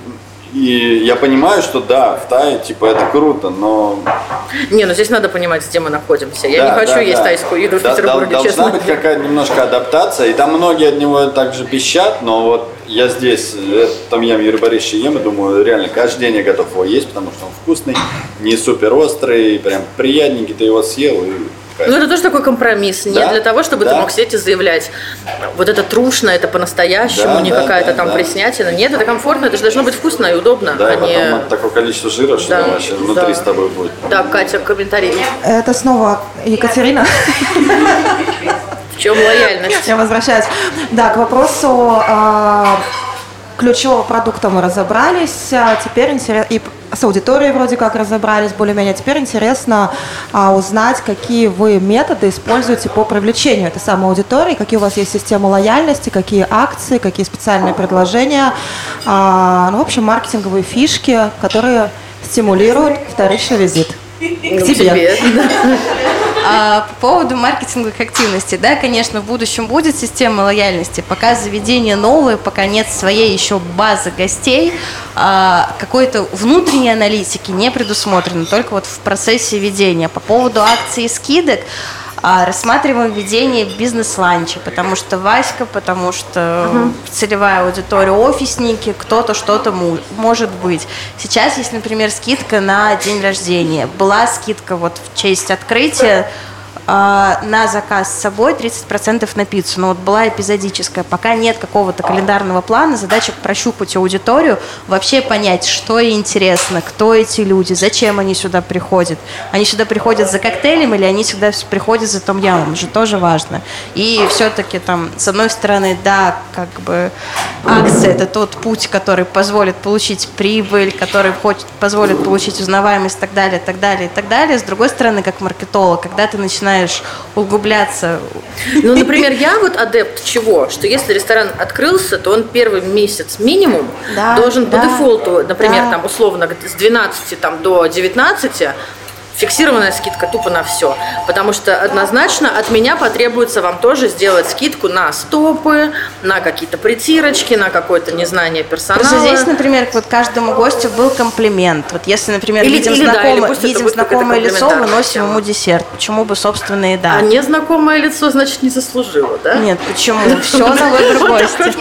И я понимаю, что да, в Тае, типа, это круто, но... Не, ну здесь надо понимать, где мы находимся. Я Да, не хочу да, есть да. тайскую еду в Да, Петербурге, дол- честно. Должна быть какая-то немножко адаптация, и там многие от него также пищат, но вот я здесь, этот том-ям Юрий Борисович ем, и думаю, реально, каждый день я готов его есть, потому что он вкусный, не супер острый, прям приятненький, ты его съел, и... Ну, это тоже такой компромисс. Не Да, для того, чтобы да. ты мог сидеть и заявлять, вот это трушно, это по-настоящему, Да, не да, какая-то да, там да. преснятина. Нет, это комфортно, это же должно быть вкусно и удобно, Да, а и потом не... от такого количества жира, что Да, вообще внутри да. с тобой будет. Да, Катя, комментарий. Это снова Екатерина. В чем лояльность? Я возвращаюсь. Да, к вопросу а, ключевого продукта мы разобрались. А Теперь интересно, и с аудиторией вроде как разобрались более-менее. Теперь интересно а, узнать, какие вы методы используете по привлечению этой самой аудитории, какие у вас есть системы лояльности, какие акции, какие специальные предложения. А, ну, в общем, маркетинговые фишки, которые стимулируют вторичный визит. Тебе. А, по поводу маркетинговых активностей, да, конечно, в будущем будет система лояльности. Пока заведение новое, пока нет своей еще базы гостей, а, какой-то внутренней аналитики не предусмотрено, только вот в процессе ведения. По поводу акций и скидок, а, рассматриваем введение бизнес-ланча, потому что Васька, потому что угу. целевая аудитория, офисники, кто-то что-то му- может быть. Сейчас есть, например, скидка на день рождения. Была скидка вот в честь открытия а, на заказ с собой тридцать процентов на пиццу. Но вот была эпизодическая. Пока нет какого-то календарного плана, задача прощупать аудиторию, вообще понять, что ей интересно, кто эти люди, зачем они сюда приходят. Они сюда приходят за коктейлем или они сюда приходят за том-ямом, же тоже важно. И все-таки там, с одной стороны, да, как бы акция – это тот путь, который позволит получить прибыль, который хочет, позволит получить узнаваемость и так далее, так далее, и так далее. С другой стороны, как маркетолог, когда ты начинаешь углубляться. Ну, например, я вот адепт чего? Что если ресторан открылся, то он первый месяц минимум да, должен да, по дефолту, например, да. там условно с двенадцати там, до девятнадцати фиксированная скидка тупо на все. Потому что однозначно от меня потребуется вам тоже сделать скидку на стопы, на какие-то притирочки, на какое-то незнание персонала. Просто здесь, например, вот каждому гостю был комплимент. Вот если, например, или, видим, или, знакомое, да, видим знакомое лицо, выносим ему десерт. Почему бы, собственно, и да. А незнакомое лицо, значит, не заслужило, да? Нет, почему? Все на выбор гостя.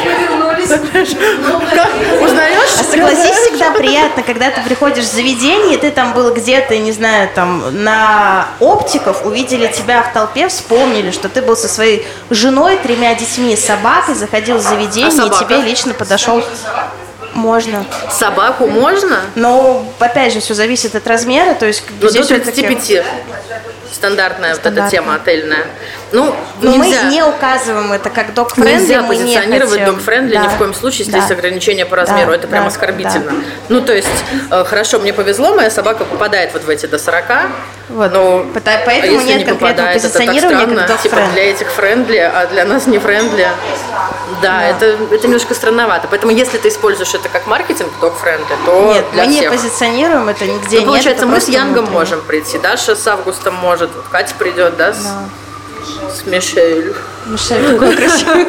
Узнаешь? А согласись, всегда приятно, когда ты приходишь в заведение, ты там был где-то, не знаю, там на оптиков, увидели тебя в толпе, вспомнили, что ты был со своей женой, тремя детьми, собакой, заходил в заведение, а и тебе лично подошел. Можно. Собаку можно? Но, опять же, все зависит от размера, то есть до тридцати пяти. Стандартная вот эта тема отельная. Ну, но нельзя, мы не указываем это как dog-friendly. Нельзя позиционировать dog-friendly да. ни в коем случае, если да. есть ограничения по размеру. Да. Это прям да. оскорбительно. Да. Ну, то есть, э, хорошо, мне повезло, моя собака попадает вот в эти до сорока. Вот. Но поэтому если нет не попадает, это так странно. Типа для этих френдли, а для нас не френдли. Да, да. Это, это немножко странновато. Поэтому, если ты используешь это как маркетинг dog-friendly, то нет, для мы всех. не позиционируем это нигде. Ну, получается, нет, мы с Янгом внутренне. можем прийти, Даша с Августом может, вот Катя придет, да, с... Да. С Мишель. Мишель, какой красивый.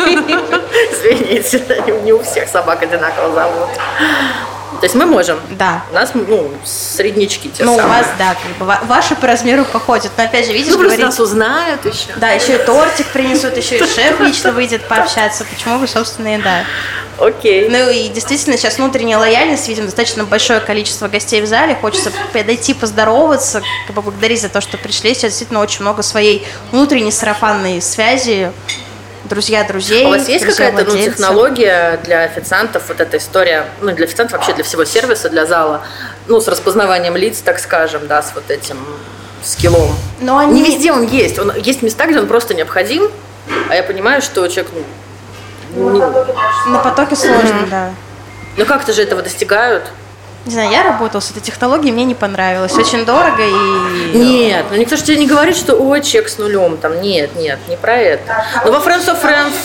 Извините, не у всех собак одинаково зовут. То есть мы можем. Да. У нас, ну, среднячки те ну, самые. Ну, у вас, да, как бы, ваши по размеру походят. Но опять же, видишь, ну, говорить... Ну, нас узнают еще. Да, еще и тортик принесут, еще и шеф лично выйдет пообщаться. Почему вы, собственно, и да. Окей. Ну и действительно, сейчас внутренняя лояльность, видим достаточно большое количество гостей в зале. Хочется подойти, поздороваться, как бы поблагодарить за то, что пришли. Сейчас действительно очень много своей внутренней сарафанной связи. Друзья друзей. У вас есть какая-то ну, технология для официантов, вот эта история, ну, для официантов вообще, для всего сервиса, для зала, ну, с распознаванием лиц, так скажем, да, с вот этим скиллом? Но они... Не везде он есть. Он, есть места, где он просто необходим, а я понимаю, что человек... Ну, не... На потоке сложно, mm-hmm. да. Ну, как-то же этого достигают? Не знаю, я работала с этой технологией, мне не понравилось. Очень дорого и... Нет, ну никто же тебе не говорит, что ой, чек с нулем. Там нет, нет, не про это. Но во Friends of Friends...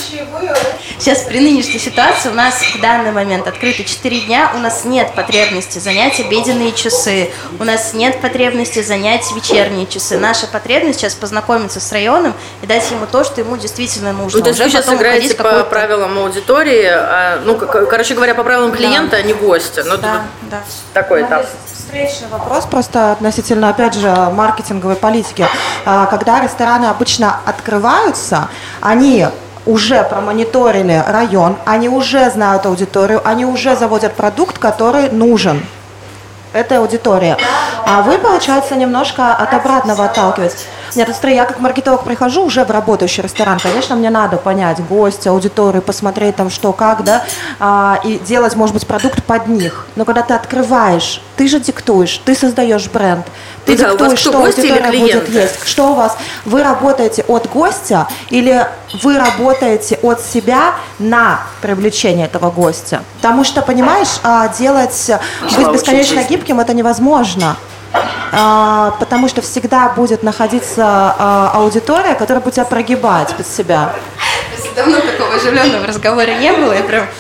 Сейчас при нынешней ситуации у нас в данный момент открыто четыре дня, у нас нет потребности занять обеденные часы, у нас нет потребности занять вечерние часы. Наша потребность сейчас познакомиться с районом и дать ему то, что ему действительно нужно. Ну, то есть вы сейчас играете по правилам аудитории, а, ну, короче говоря, по правилам клиента, да. а не гостя. Ну, да, да. Такой этап. Встречный вопрос просто относительно, опять же, маркетинговой политики. Когда рестораны обычно открываются, они уже промониторили район, они уже знают аудиторию, они уже заводят продукт, который нужен этой аудитории. А вы, получается, немножко от обратного отталкиваетесь. Нет, смотри, я как маркетолог прихожу уже в работающий ресторан, конечно, мне надо понять гостя, аудиторию, посмотреть там что, как, да, а, и делать, может быть, продукт под них. Но когда ты открываешь, ты же диктуешь, ты создаешь бренд, ты да, диктуешь, что аудитория будет есть. Что у вас? Вы работаете от гостя или вы работаете от себя на привлечение этого гостя? Потому что, понимаешь, делать, быть бесконечно гибким, это невозможно. А, потому что всегда будет находиться а, аудитория, которая будет тебя прогибать под себя. Давно такого оживленного разговора не было, я прям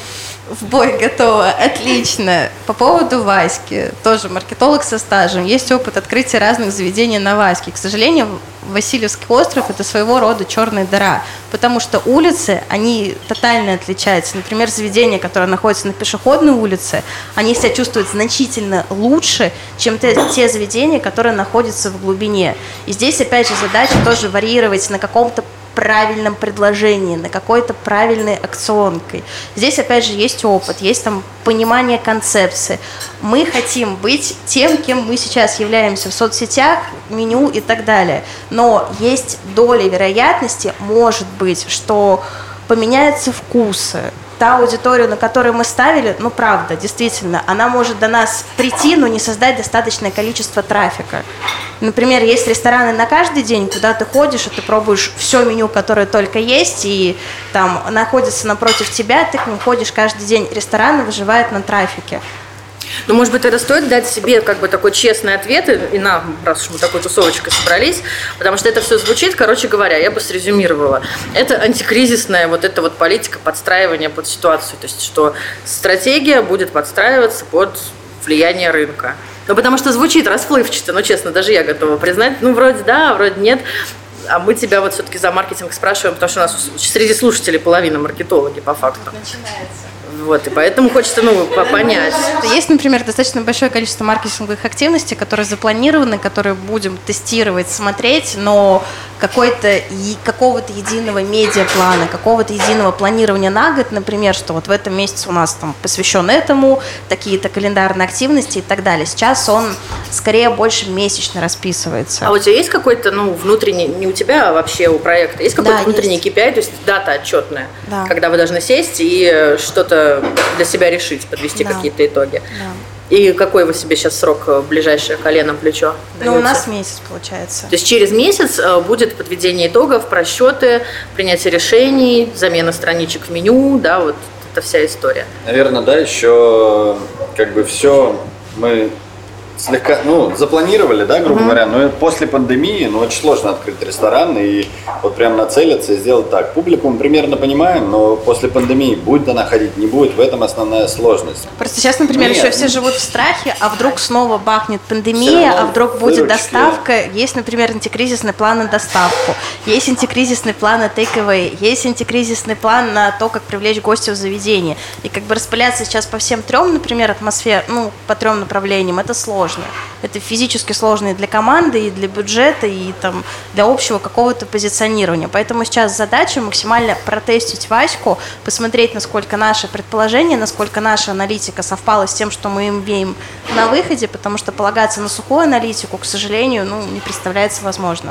В бой готова. Отлично. По поводу Васьки. Тоже маркетолог со стажем. Есть опыт открытия разных заведений на Ваське. К сожалению, Васильевский остров – это своего рода черная дыра, потому что улицы, они тотально отличаются. Например, заведения, которые находятся на пешеходной улице, они себя чувствуют значительно лучше, чем те, те заведения, которые находятся в глубине. И здесь, опять же, задача тоже варьировать на каком-то правильном предложении, на какой-то правильной акционкой. Здесь, опять же, есть опыт, есть там понимание концепции. Мы хотим быть тем, кем мы сейчас являемся в соцсетях, меню и так далее. Но есть доля вероятности, может быть, что поменяются вкусы. Та аудитория, на которую мы ставили, ну, правда, действительно, она может до нас прийти, но не создать достаточное количество трафика. Например, есть рестораны на каждый день, куда ты ходишь, и ты пробуешь все меню, которое только есть, и там находится напротив тебя, ты к ним ходишь каждый день. Ресторан выживает на трафике. Ну, может быть, тогда стоит дать себе как бы такой честный ответ, и, и нам, раз уж мы такой тусовочкой собрались, потому что это все звучит, короче говоря, я бы срезюмировала. Это антикризисная вот эта вот политика подстраивания под ситуацию, то есть что стратегия будет подстраиваться под влияние рынка. Ну, потому что звучит расплывчато, ну, честно, даже я готова признать, ну, вроде да, вроде нет. А мы тебя вот все-таки за маркетинг спрашиваем, потому что у нас среди слушателей половина маркетологи, по факту. Начинается. Вот, и поэтому хочется, ну, понять. Есть, например, достаточно большое количество маркетинговых активностей, которые запланированы, которые будем тестировать, смотреть, но какой-то, какого-то единого медиаплана, какого-то единого планирования на год, например, что вот в этом месяце у нас там посвящен этому, такие-то календарные активности и так далее. Сейчас он скорее больше месячно расписывается. А у тебя есть какой-то, ну, внутренний, не у тебя, а вообще у проекта, есть какой-то да, внутренний есть. кей пи ай, то есть дата отчетная, да. когда вы должны сесть и что-то для себя решить, подвести да. какие-то итоги? Да. И какой вы себе сейчас срок в ближайшее колено плечо даете? Ну, у нас месяц получается. То есть через месяц будет подведение итогов, просчеты, принятие решений, замена страничек в меню, да, вот эта вся история. Наверное, да, еще как бы все мы слегка, ну, запланировали, да, грубо mm-hmm. говоря, но после пандемии, ну, очень сложно открыть ресторан и вот прям нацелиться и сделать так. Публику мы примерно понимаем, но после пандемии будет она ходить, не будет, в этом основная сложность. Просто сейчас, например, Нет. еще все живут в страхе, а вдруг снова бахнет пандемия, а вдруг будет выручки. Доставка. Есть, например, антикризисный план на доставку, есть антикризисный план на take-away, есть антикризисный план на то, как привлечь гостя в заведение. И как бы распыляться сейчас по всем трем, например, атмосфер, ну, по трем направлениям, это сложно. Это физически сложно и для команды, и для бюджета, и там, для общего какого-то позиционирования. Поэтому сейчас задача максимально протестить Ваську, посмотреть, насколько наше предположение, насколько наша аналитика совпала с тем, что мы имеем на выходе, потому что полагаться на сухую аналитику, к сожалению, ну, не представляется возможным.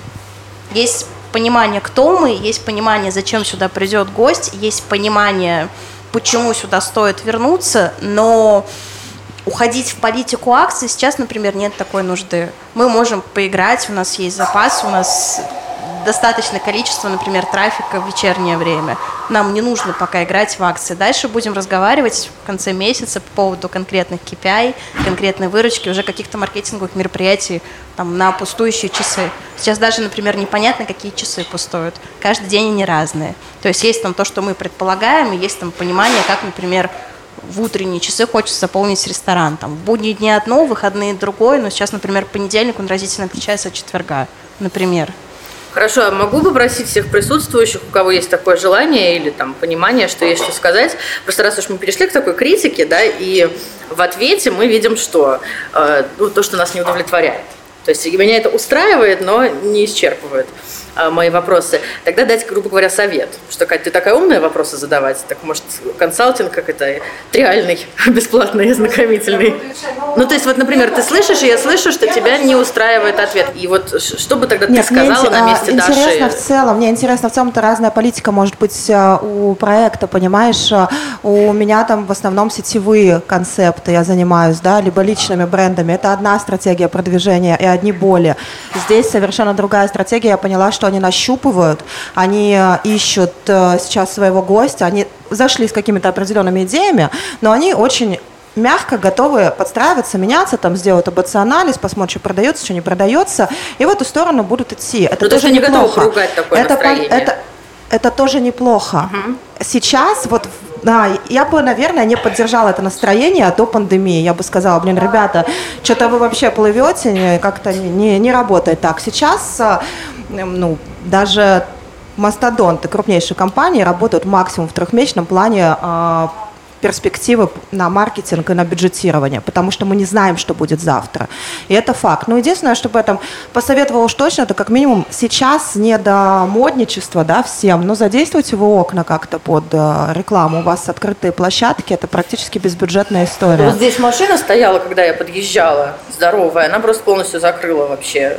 Есть понимание, кто мы, есть понимание, зачем сюда придет гость, есть понимание, почему сюда стоит вернуться, но уходить в политику акций сейчас, например, нет такой нужды. Мы можем поиграть, у нас есть запас, у нас достаточное количество, например, трафика в вечернее время. Нам не нужно пока играть в акции. Дальше будем разговаривать в конце месяца по поводу конкретных кей пи ай, конкретной выручки, уже каких-то маркетинговых мероприятий там, на пустующие часы. Сейчас даже, например, непонятно, какие часы пустуют. Каждый день они разные. То есть есть там то, что мы предполагаем, и есть там понимание, как, например, в утренние часы хочется заполнить ресторан. Там, в будние дни одно, в выходные другое, но сейчас, например, понедельник, он разительно отличается от четверга, например. Хорошо, а могу попросить всех присутствующих, у кого есть такое желание или там понимание, что есть что сказать. Просто раз уж мы перешли к такой критике, да, и в ответе мы видим, что э, ну, то, что нас не удовлетворяет. То есть меня это устраивает, но не исчерпывает э, мои вопросы. Тогда дать, грубо говоря, совет. Что, Кать, ты такая умная вопросы задавать? Так, может, консалтинг, как это, реальный, бесплатный, ознакомительный? Ну, то есть, вот, например, ты слышишь, и я слышу, что тебя не устраивает ответ. И вот что бы тогда Нет, ты сказала на месте интересно Даши? Интересно в целом, мне интересно в целом-то разная политика может быть у проекта, понимаешь? У меня там в основном сетевые концепты я занимаюсь, да, либо личными брендами. Это одна стратегия продвижения и одни боли. Здесь совершенно другая стратегия. Я поняла, что они нащупывают, они ищут сейчас своего гостя, они зашли с какими-то определенными идеями, но они очень мягко готовы подстраиваться, меняться, там, сделать эй би си-анализ, посмотреть, что продается, что не продается, и в эту сторону будут идти. Это но тоже ты не неплохо. готова поругать такое это, настроение. Это, это тоже неплохо. Угу. Сейчас, вот да, я бы, наверное, не поддержала это настроение до пандемии. Я бы сказала, блин, ребята, что-то вы вообще плывете, как-то не, не работает так. Сейчас, ну, даже мастодонты, крупнейшие компании работают максимум в трехмесячном плане перспективы на маркетинг и на бюджетирование, потому что мы не знаем, что будет завтра. И это факт. Но единственное, что бы я там посоветовала уж точно, это как минимум сейчас не до модничества, да, всем, но задействуйте вы окна как-то под э, рекламу. У вас открытые площадки, это практически безбюджетная история. Вот здесь машина стояла, когда я подъезжала, здоровая, она просто полностью закрыла вообще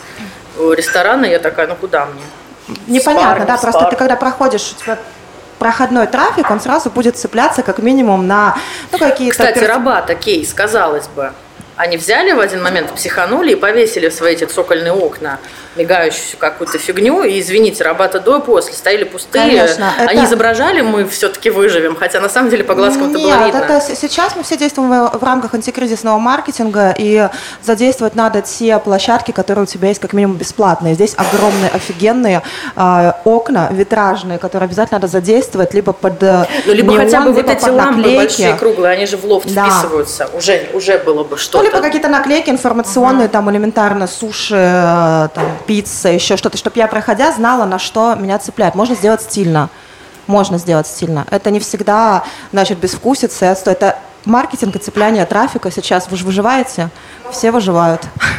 рестораны. Я такая, ну куда мне? Непонятно, Спар, да, спар. просто ты когда проходишь, у тебя проходной трафик, он сразу будет цепляться как минимум на ну, какие-то... Кстати, перс... Рабата, кейс, казалось бы, они взяли в один момент, психанули и повесили в свои эти цокольные окна мигающую какую-то фигню, и, извините, Рабата до и после стояли пустые. Конечно, они это... изображали, мы все-таки выживем, хотя на самом деле по глазкам это было видно. Нет, это сейчас мы все действуем в, в рамках антикризисного маркетинга, и задействовать надо те площадки, которые у тебя есть как минимум бесплатные. Здесь огромные, офигенные э, окна витражные, которые обязательно надо задействовать, либо под э, ну, либо неон, хотя бы либо вот эти под лампы наклейки. Большие, круглые, они же в лофт да. вписываются, уже, уже было бы что-то. Ну, либо какие-то наклейки информационные, uh-huh. там элементарно суши, там, пицца, еще что-то, чтобы я, проходя, знала, на что меня цепляет. Можно сделать стильно. Можно сделать стильно. Это не всегда, значит, безвкусица и отстой. Это маркетинг и цепляние трафика сейчас. Вы же выживаете? Все выживают.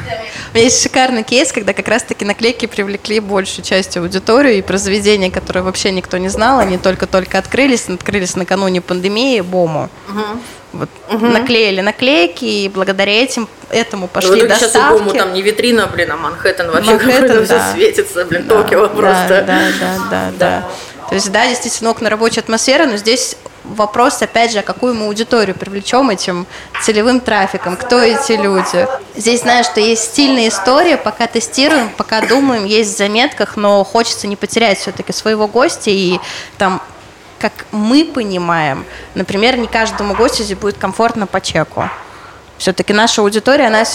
У меня есть шикарный кейс, когда как раз-таки наклейки привлекли большую часть аудитории, и про заведения, которые вообще никто не знал, они только-только открылись, открылись накануне пандемии, Бому. Угу. Вот, угу. Наклеили наклейки, и благодаря этим, этому пошли ну, доставки. Сейчас у Бому там не витрина, блин, а Манхэттен вообще Манхэттен, все да. светится, блин, да, Токио просто. Да, да, да, да, да. То есть, да, действительно, окна рабочей атмосферы, но здесь вопрос, опять же, а какую мы аудиторию привлечем этим целевым трафиком, кто эти люди. Здесь, знаешь, что есть стильная история, пока тестируем, пока думаем, есть в заметках, но хочется не потерять все-таки своего гостя, и там, как мы понимаем, например, не каждому гостю здесь будет комфортно по чеку. Все-таки наша аудитория, она...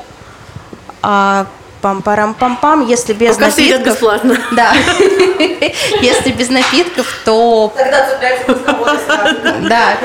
А, пам-парам-пам-пам, если без Пока напитков... все бесплатно. Да. Если без напитков, то... Тогда цепляйте разговоры сразу. Да.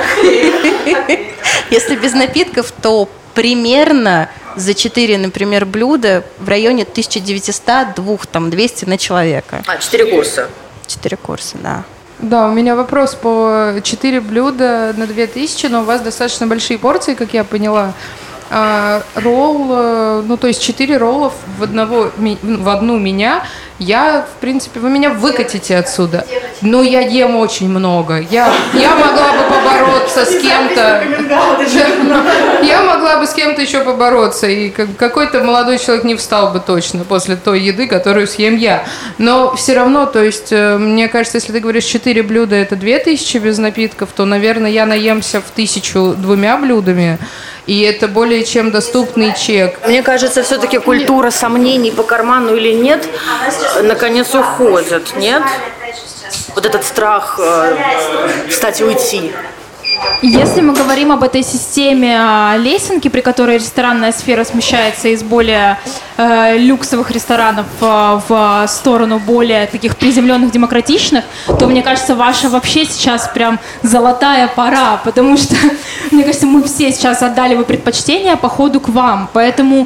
Если без напитков, то примерно за четыре, например, блюда в районе тысяча девятьсот - двести на человека. А, четыре курса. Четыре курса, да. Да, у меня вопрос по четыре блюда на две тысячи, но у вас достаточно большие порции, как я поняла. А, ролл, ну то есть четыре роллов в, одного, в одну меня, я, в принципе, вы меня выкатите отсюда, но я ем очень много, я, я могла бы побороться с кем-то, я могла бы с кем-то еще побороться, и какой-то молодой человек не встал бы точно после той еды, которую съем я, но все равно, то есть, мне кажется, если ты говоришь четыре блюда, это две тысячи без напитков, то, наверное, я наемся в тысячу двумя блюдами, и это более чем доступный чек. Мне кажется, все-таки культура сомнений по карману или нет, наконец уходит, нет? Вот этот страх, кстати, уйти. Если мы говорим об этой системе лесенки, при которой ресторанная сфера смещается из более э, люксовых ресторанов э, в сторону более таких приземленных, демократичных, то, мне кажется, ваша вообще сейчас прям золотая пора, потому что, мне кажется, мы все сейчас отдали бы предпочтение по ходу к вам, поэтому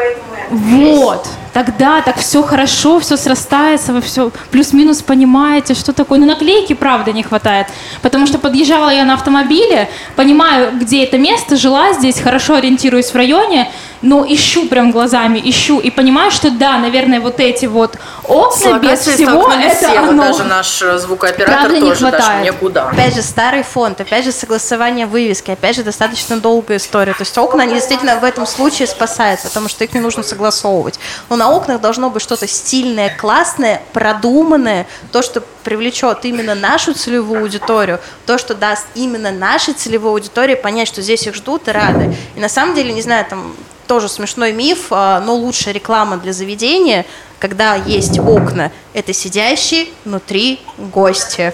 вот. Тогда так все хорошо, все срастается, вы все плюс-минус понимаете, что такое. Но наклейки, правда, не хватает. Потому что подъезжала я на автомобиле, понимаю, где это место, жила здесь, хорошо ориентируюсь в районе, но ищу прям глазами, ищу и понимаю, что да, наверное, вот эти вот окна без всего, это все, оно. Вот даже наш звукооператор правда, тоже не хватает. даже некуда. Опять же, старый фонд, опять же, согласование вывески, опять же, достаточно долгая история. То есть окна, они действительно в этом случае спасают, потому что их не нужно согласовывать. Но на окнах должно быть что-то стильное, классное, продуманное, то, что привлечет именно нашу целевую аудиторию, то, что даст именно нашей целевой аудитории понять, что здесь их ждут и рады. И на самом деле, не знаю, там тоже смешной миф, но лучшая реклама для заведения, когда есть окна, это сидящие внутри гости.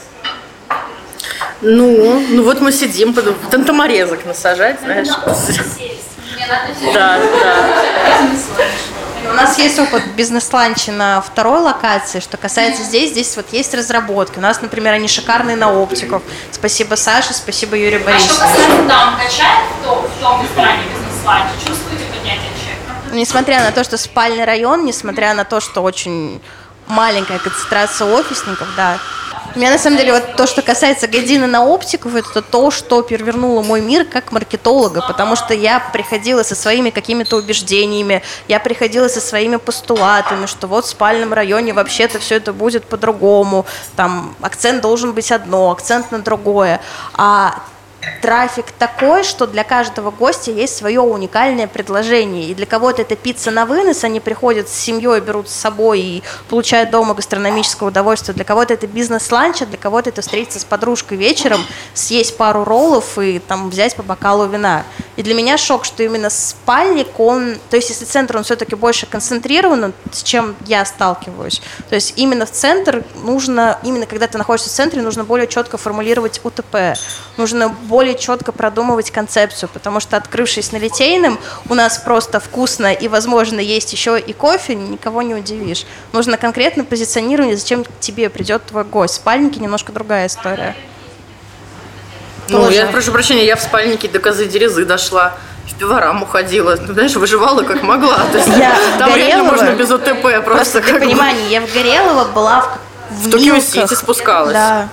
Ну, ну вот мы сидим, тантаморезок насажать, знаешь. Да, да. У нас есть опыт бизнес-ланча на второй локации. Что касается здесь, здесь вот есть разработки. У нас, например, они шикарные на оптиков. Спасибо Саше, спасибо Юрию А что Борисовичу. касается дам, качает в том, в том ресторане бизнес-ланча? Чувствуете поднятие чека? Несмотря на то, что спальный район, несмотря на то, что очень маленькая концентрация офисников, да. У меня, на самом деле, вот то, что касается Гайдзина на оптиков, это то, что перевернуло мой мир как маркетолога, потому что я приходила со своими какими-то убеждениями, я приходила со своими постулатами, что вот в спальном районе вообще-то все это будет по-другому, там акцент должен быть одно, акцент на другое, а трафик такой, что для каждого гостя есть свое уникальное предложение. И для кого-то это пицца на вынос, они приходят с семьей, берут с собой и получают дома гастрономическое удовольствие. Для кого-то это бизнес-ланч, а для кого-то это встретиться с подружкой вечером, съесть пару роллов и там взять по бокалу вина. И для меня шок, что именно спальник, он, то есть если центр, он все-таки больше концентрирован, с чем я сталкиваюсь. То есть именно в центр нужно, именно когда ты находишься в центре, нужно более четко формулировать УТП. Нужно более четко продумывать концепцию, потому что, открывшись на Литейном, у нас просто вкусно и, возможно, есть еще и кофе, никого не удивишь. Нужно конкретно позиционировать, зачем к тебе придет твой гость. Спальники немножко другая история. Ну, Тоже. я прошу прощения, я в спальнике до Козы-Дерезы дошла. В пиварам уходила, ну, знаешь, выживала как могла. То есть, я там реально Горелого, можно без ОТП просто. Просто для понимания, я в Горелого была в, в, в Токио-Сити спускалась. Да.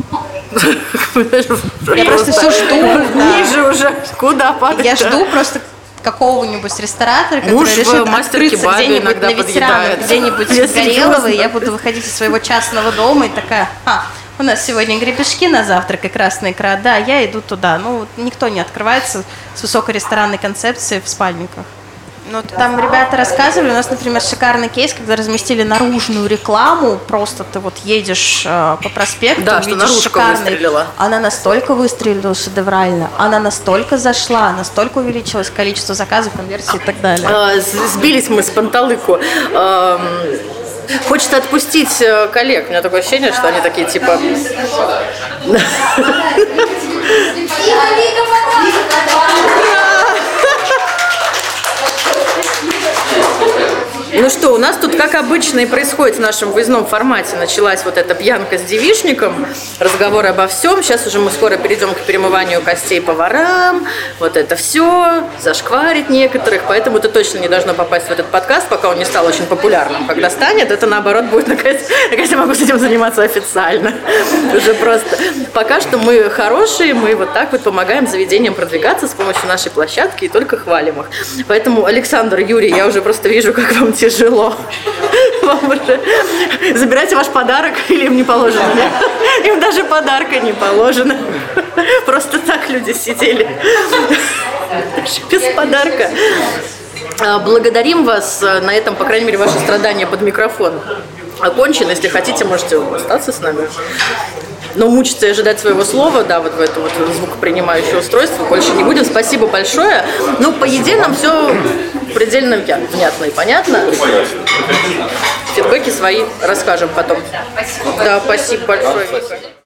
Я просто все жду. Ниже уже, куда падать? Я жду просто какого-нибудь ресторатора, который Муж в решит мастер открыться кебабе где-нибудь иногда на ветеранах, подъедает. где-нибудь Я в Горелого, серьезно. и я буду выходить из своего частного дома и такая, а, у нас сегодня гребешки на завтрак и красная икра, да, я иду туда. Ну, никто не открывается с высокой ресторанной концепцией в спальниках. Ну, там ребята рассказывали, у нас, например, шикарный кейс, когда разместили наружную рекламу, просто ты вот едешь э, по проспекту, Да, что видишь наружка шикарный, выстрелила. она настолько выстрелила шедеврально, она настолько зашла, настолько увеличилось количество заказов, конверсий и так далее. А, с- Сбились мы с панталыку. Ам, Хочется отпустить э, коллег. У меня такое ощущение, что они такие типа... Ну что, у нас тут, как обычно и происходит в нашем выездном формате, началась вот эта пьянка с девичником, разговоры обо всем. Сейчас уже мы скоро перейдем к перемыванию костей поварам, вот это все, зашкварить некоторых, поэтому это точно не должно попасть в этот подкаст, пока он не стал очень популярным. Когда станет, это наоборот будет, наконец, наконец я могу с этим заниматься официально. Уже просто. Пока что мы хорошие, мы вот так вот помогаем заведениям продвигаться с помощью нашей площадки и только хвалим их. Поэтому, Александр, Юрий, я уже просто вижу, как вам тяжело. Вам уже... Забирайте ваш подарок, или им не положено. Им даже подарка не положено. Просто так люди сидели. Без подарка. Благодарим вас. На этом, по крайней мере, ваши страдания под микрофон окончены. Если хотите, можете остаться с нами. Но мучиться и ожидать своего слова, да, вот в это вот звукопринимающее устройство больше не будем. Спасибо большое. Ну, по еде нам все предельно внятно и понятно. Фидбэки свои расскажем потом. Да, спасибо большое, Вика.